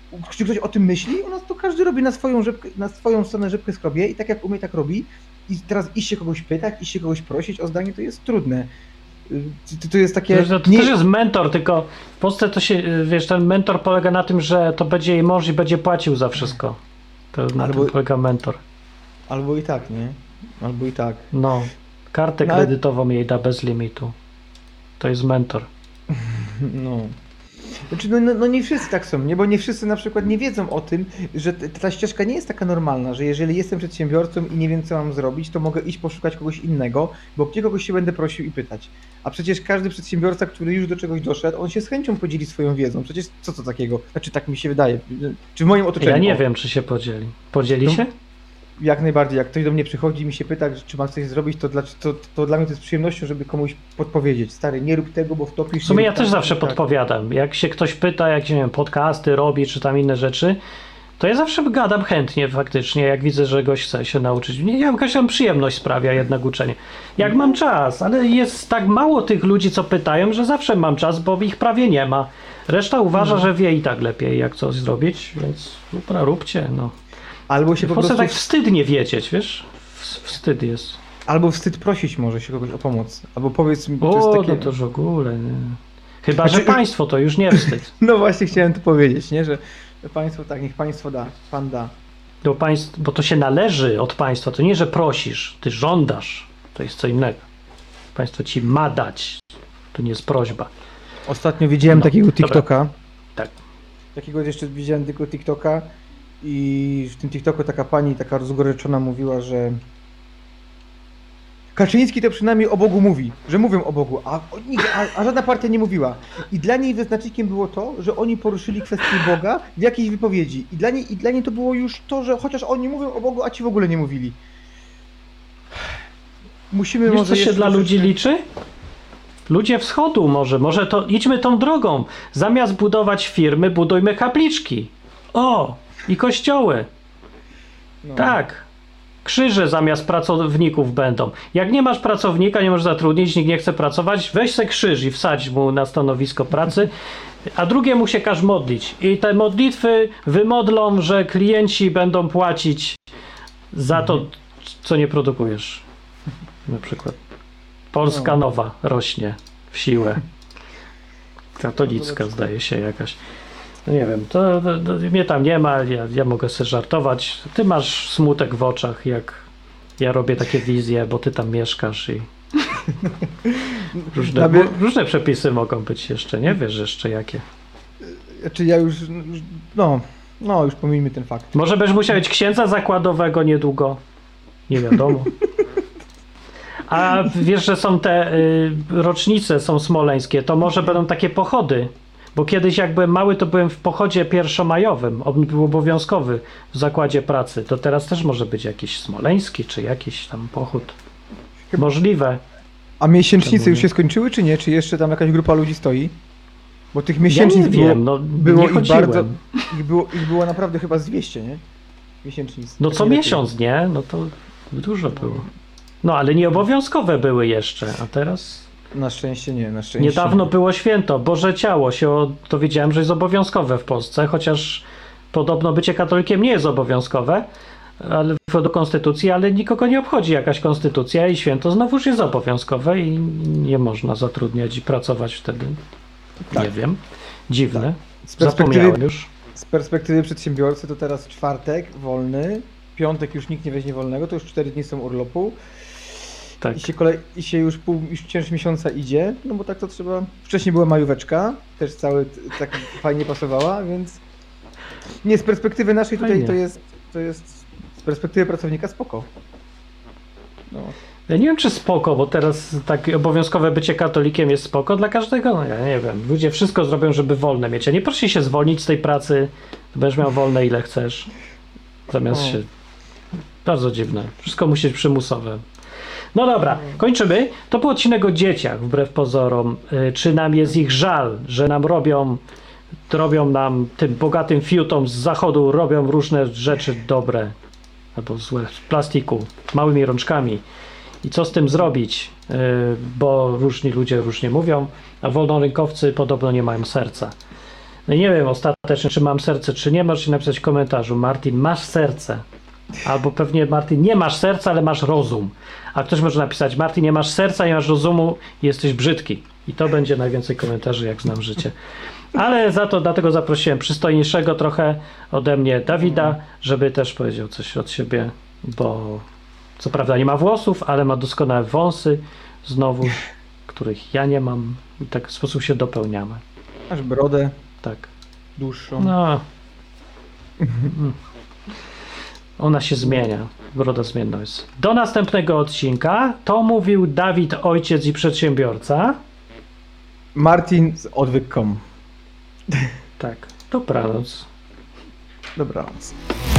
czy ktoś o tym myśli? U nas to każdy robi na swoją, rzepkę, na swoją stronę rzepkę skrobie i tak jak umie, tak robi. I teraz iść się kogoś pytać, iść się kogoś prosić o zdanie, to jest trudne. To, to jest takie... To, to nie... też jest mentor, tylko w Polsce to się, wiesz, ten mentor polega na tym, że to będzie jej mąż i będzie płacił za wszystko. To na Albo- tym polega mentor. Albo i tak, nie? Albo i tak. No, kartę No, ale- kredytową jej da bez limitu. To jest mentor. No. Znaczy, no, no, no nie wszyscy tak są, nie? Bo nie wszyscy na przykład nie wiedzą o tym, że t- ta ścieżka nie jest taka normalna, że jeżeli jestem przedsiębiorcą i nie wiem, co mam zrobić, to mogę iść poszukać kogoś innego, bo gdzie kogoś się będę prosił i pytać. A przecież każdy przedsiębiorca, który już do czegoś doszedł, on się z chęcią podzieli swoją wiedzą. Przecież co to takiego? Znaczy, tak mi się wydaje. Czy w moim otoczeniu? Ja nie o, wiem, czy się podzieli. Podzieli No. się? Jak najbardziej. Jak ktoś do mnie przychodzi i mi się pyta, czy mam coś zrobić, to dla, to, to dla mnie to jest przyjemnością, żeby komuś podpowiedzieć. Stary, nie rób tego, bo wtopisz... W sumie nie ja rób też tak, zawsze tak. podpowiadam. Jak się ktoś pyta, jak nie wiem, podcasty robi, czy tam inne rzeczy, to ja zawsze gadam chętnie faktycznie, jak widzę, że gość chce się nauczyć. Nie, ja jakaś tam przyjemność sprawia jednak uczenie. Jak mam czas, ale jest tak mało tych ludzi, co pytają, że zawsze mam czas, bo ich prawie nie ma. Reszta uważa, że wie i tak lepiej, jak coś zrobić, więc dobra, róbcie, no. Albo się W po Polsce prostu... tak wstyd nie wiedzieć, wiesz? W- Wstyd jest. Albo wstyd prosić może się kogoś o pomoc. Albo powiedz mi, to jest O, takie... no to już w ogóle, nie. Chyba, że Znaczy- państwo to już nie wstyd. No właśnie chciałem to powiedzieć, nie? Że że państwo tak, niech państwo da, pan da. Do państw, bo to się należy od państwa. To nie, że prosisz, ty żądasz. To jest co innego. Państwo ci ma dać. To nie jest prośba. Ostatnio widziałem No, takiego dobra. TikToka. Tak. Takiego jeszcze widziałem tylko TikToka i w tym TikToku taka pani, taka rozgoryczona mówiła, że Kaczyński to przynajmniej o Bogu mówi, że mówią o Bogu, a, nikt- a, a żadna partia nie mówiła. I dla niej wyznacznikiem było to, że oni poruszyli kwestię Boga w jakiejś wypowiedzi. I dla niej, i dla niej to było już to, że chociaż oni mówią o Bogu, a ci w ogóle nie mówili. Musimy Wiesz, może co się jeszcze dla ludzi troszeczkę- liczy? Ludzie wschodu może. Może to idźmy tą drogą. Zamiast budować firmy, budujmy kapliczki. O! I kościoły. No. Tak. Krzyże zamiast pracowników będą. Jak nie masz pracownika, nie możesz zatrudnić, nikt nie chce pracować, weź se krzyż i wsadź mu na stanowisko pracy, a drugiemu się każ modlić. I te modlitwy wymodlą, że klienci będą płacić za to, co nie produkujesz. Na przykład. Polska No. nowa rośnie w siłę. Katolicka zdaje się jakaś. No nie wiem, to, to, to mnie tam nie ma, ja, ja mogę sobie żartować. Ty masz smutek w oczach, jak ja robię takie wizje, bo ty tam mieszkasz i różne, Dla mnie- różne przepisy mogą być jeszcze, nie wiesz jeszcze jakie. Znaczy ja już, już- no, no już pomijmy ten fakt. Może będziesz musiał mieć księdza zakładowego niedługo, nie wiadomo. A wiesz, że są te y, rocznice, są smoleńskie, to może będą takie pochody. Bo kiedyś jak byłem mały, to byłem w pochodzie pierwszomajowym. On był obowiązkowy w zakładzie pracy. To teraz też może być jakiś smoleński, czy jakiś tam pochód. Możliwe. A miesięcznice Czemu już nie? się skończyły, czy nie? Czy jeszcze tam jakaś grupa ludzi stoi? Bo tych Ja miesięcznic nie było, wiem, no było nie ich chodziłem. bardzo, ich było, ich było naprawdę chyba z dwieście, nie? Miesięcznic. No Tak co nie lepiej. miesiąc, nie? No to dużo było. No ale nieobowiązkowe były jeszcze, a teraz... Na szczęście nie, na szczęście. Niedawno było święto, Boże Ciało się o- dowiedziałem, że jest obowiązkowe w Polsce, chociaż podobno bycie katolikiem nie jest obowiązkowe, ale do konstytucji, ale nikogo nie obchodzi jakaś konstytucja i święto znowuż jest obowiązkowe i nie można zatrudniać i pracować wtedy. Tak. Nie wiem. Dziwne. Z perspektywy, Zapomniałem już. z perspektywy przedsiębiorcy to teraz czwartek wolny, piątek już nikt nie weźmie wolnego, to już cztery dni są urlopu. Tak. I się, kolej, I się już pół już część miesiąca idzie, no bo tak to trzeba. Wcześniej była majóweczka, też cały t- tak fajnie pasowała, więc nie, z perspektywy naszej tutaj Fajnie. to jest, to jest z perspektywy pracownika spoko. No. Ja nie wiem, czy spoko, bo teraz tak obowiązkowe bycie katolikiem jest spoko dla każdego. No ja nie wiem. Ludzie wszystko zrobią, żeby wolne mieć. A nie proszę się zwolnić z tej pracy, to będziesz miał wolne ile chcesz. Zamiast O. się... Bardzo dziwne. Wszystko musi być przymusowe. No dobra, kończymy. To był odcinek o dzieciach, wbrew pozorom. Y, Czy nam jest ich żal, że nam robią, robią nam, tym bogatym fiutom z zachodu, robią różne rzeczy dobre albo złe z plastiku, małymi rączkami. I co z tym zrobić? Y, Bo różni ludzie różnie mówią, a wolnorynkowcy podobno nie mają serca. No i nie wiem ostatecznie, czy mam serce, czy nie. Możecie napisać w komentarzu. Martin, masz serce. Albo pewnie, Martin, nie masz serca, ale masz rozum. A ktoś może napisać, Martin, nie masz serca, nie masz rozumu i jesteś brzydki. I to będzie najwięcej komentarzy, jak znam życie. Ale za to, dlatego zaprosiłem przystojniejszego trochę ode mnie Dawida, żeby też powiedział coś od siebie, bo co prawda nie ma włosów, ale ma doskonałe wąsy, znowu, których ja nie mam. I tak w sposób się dopełniamy. Masz brodę Tak. dłuższą. No. Ona się zmienia. Broda zmienna jest. Do następnego odcinka. To mówił Dawid, ojciec i przedsiębiorca. Martin z odwyk kropka com. Tak. Dobranoc. Dobranoc.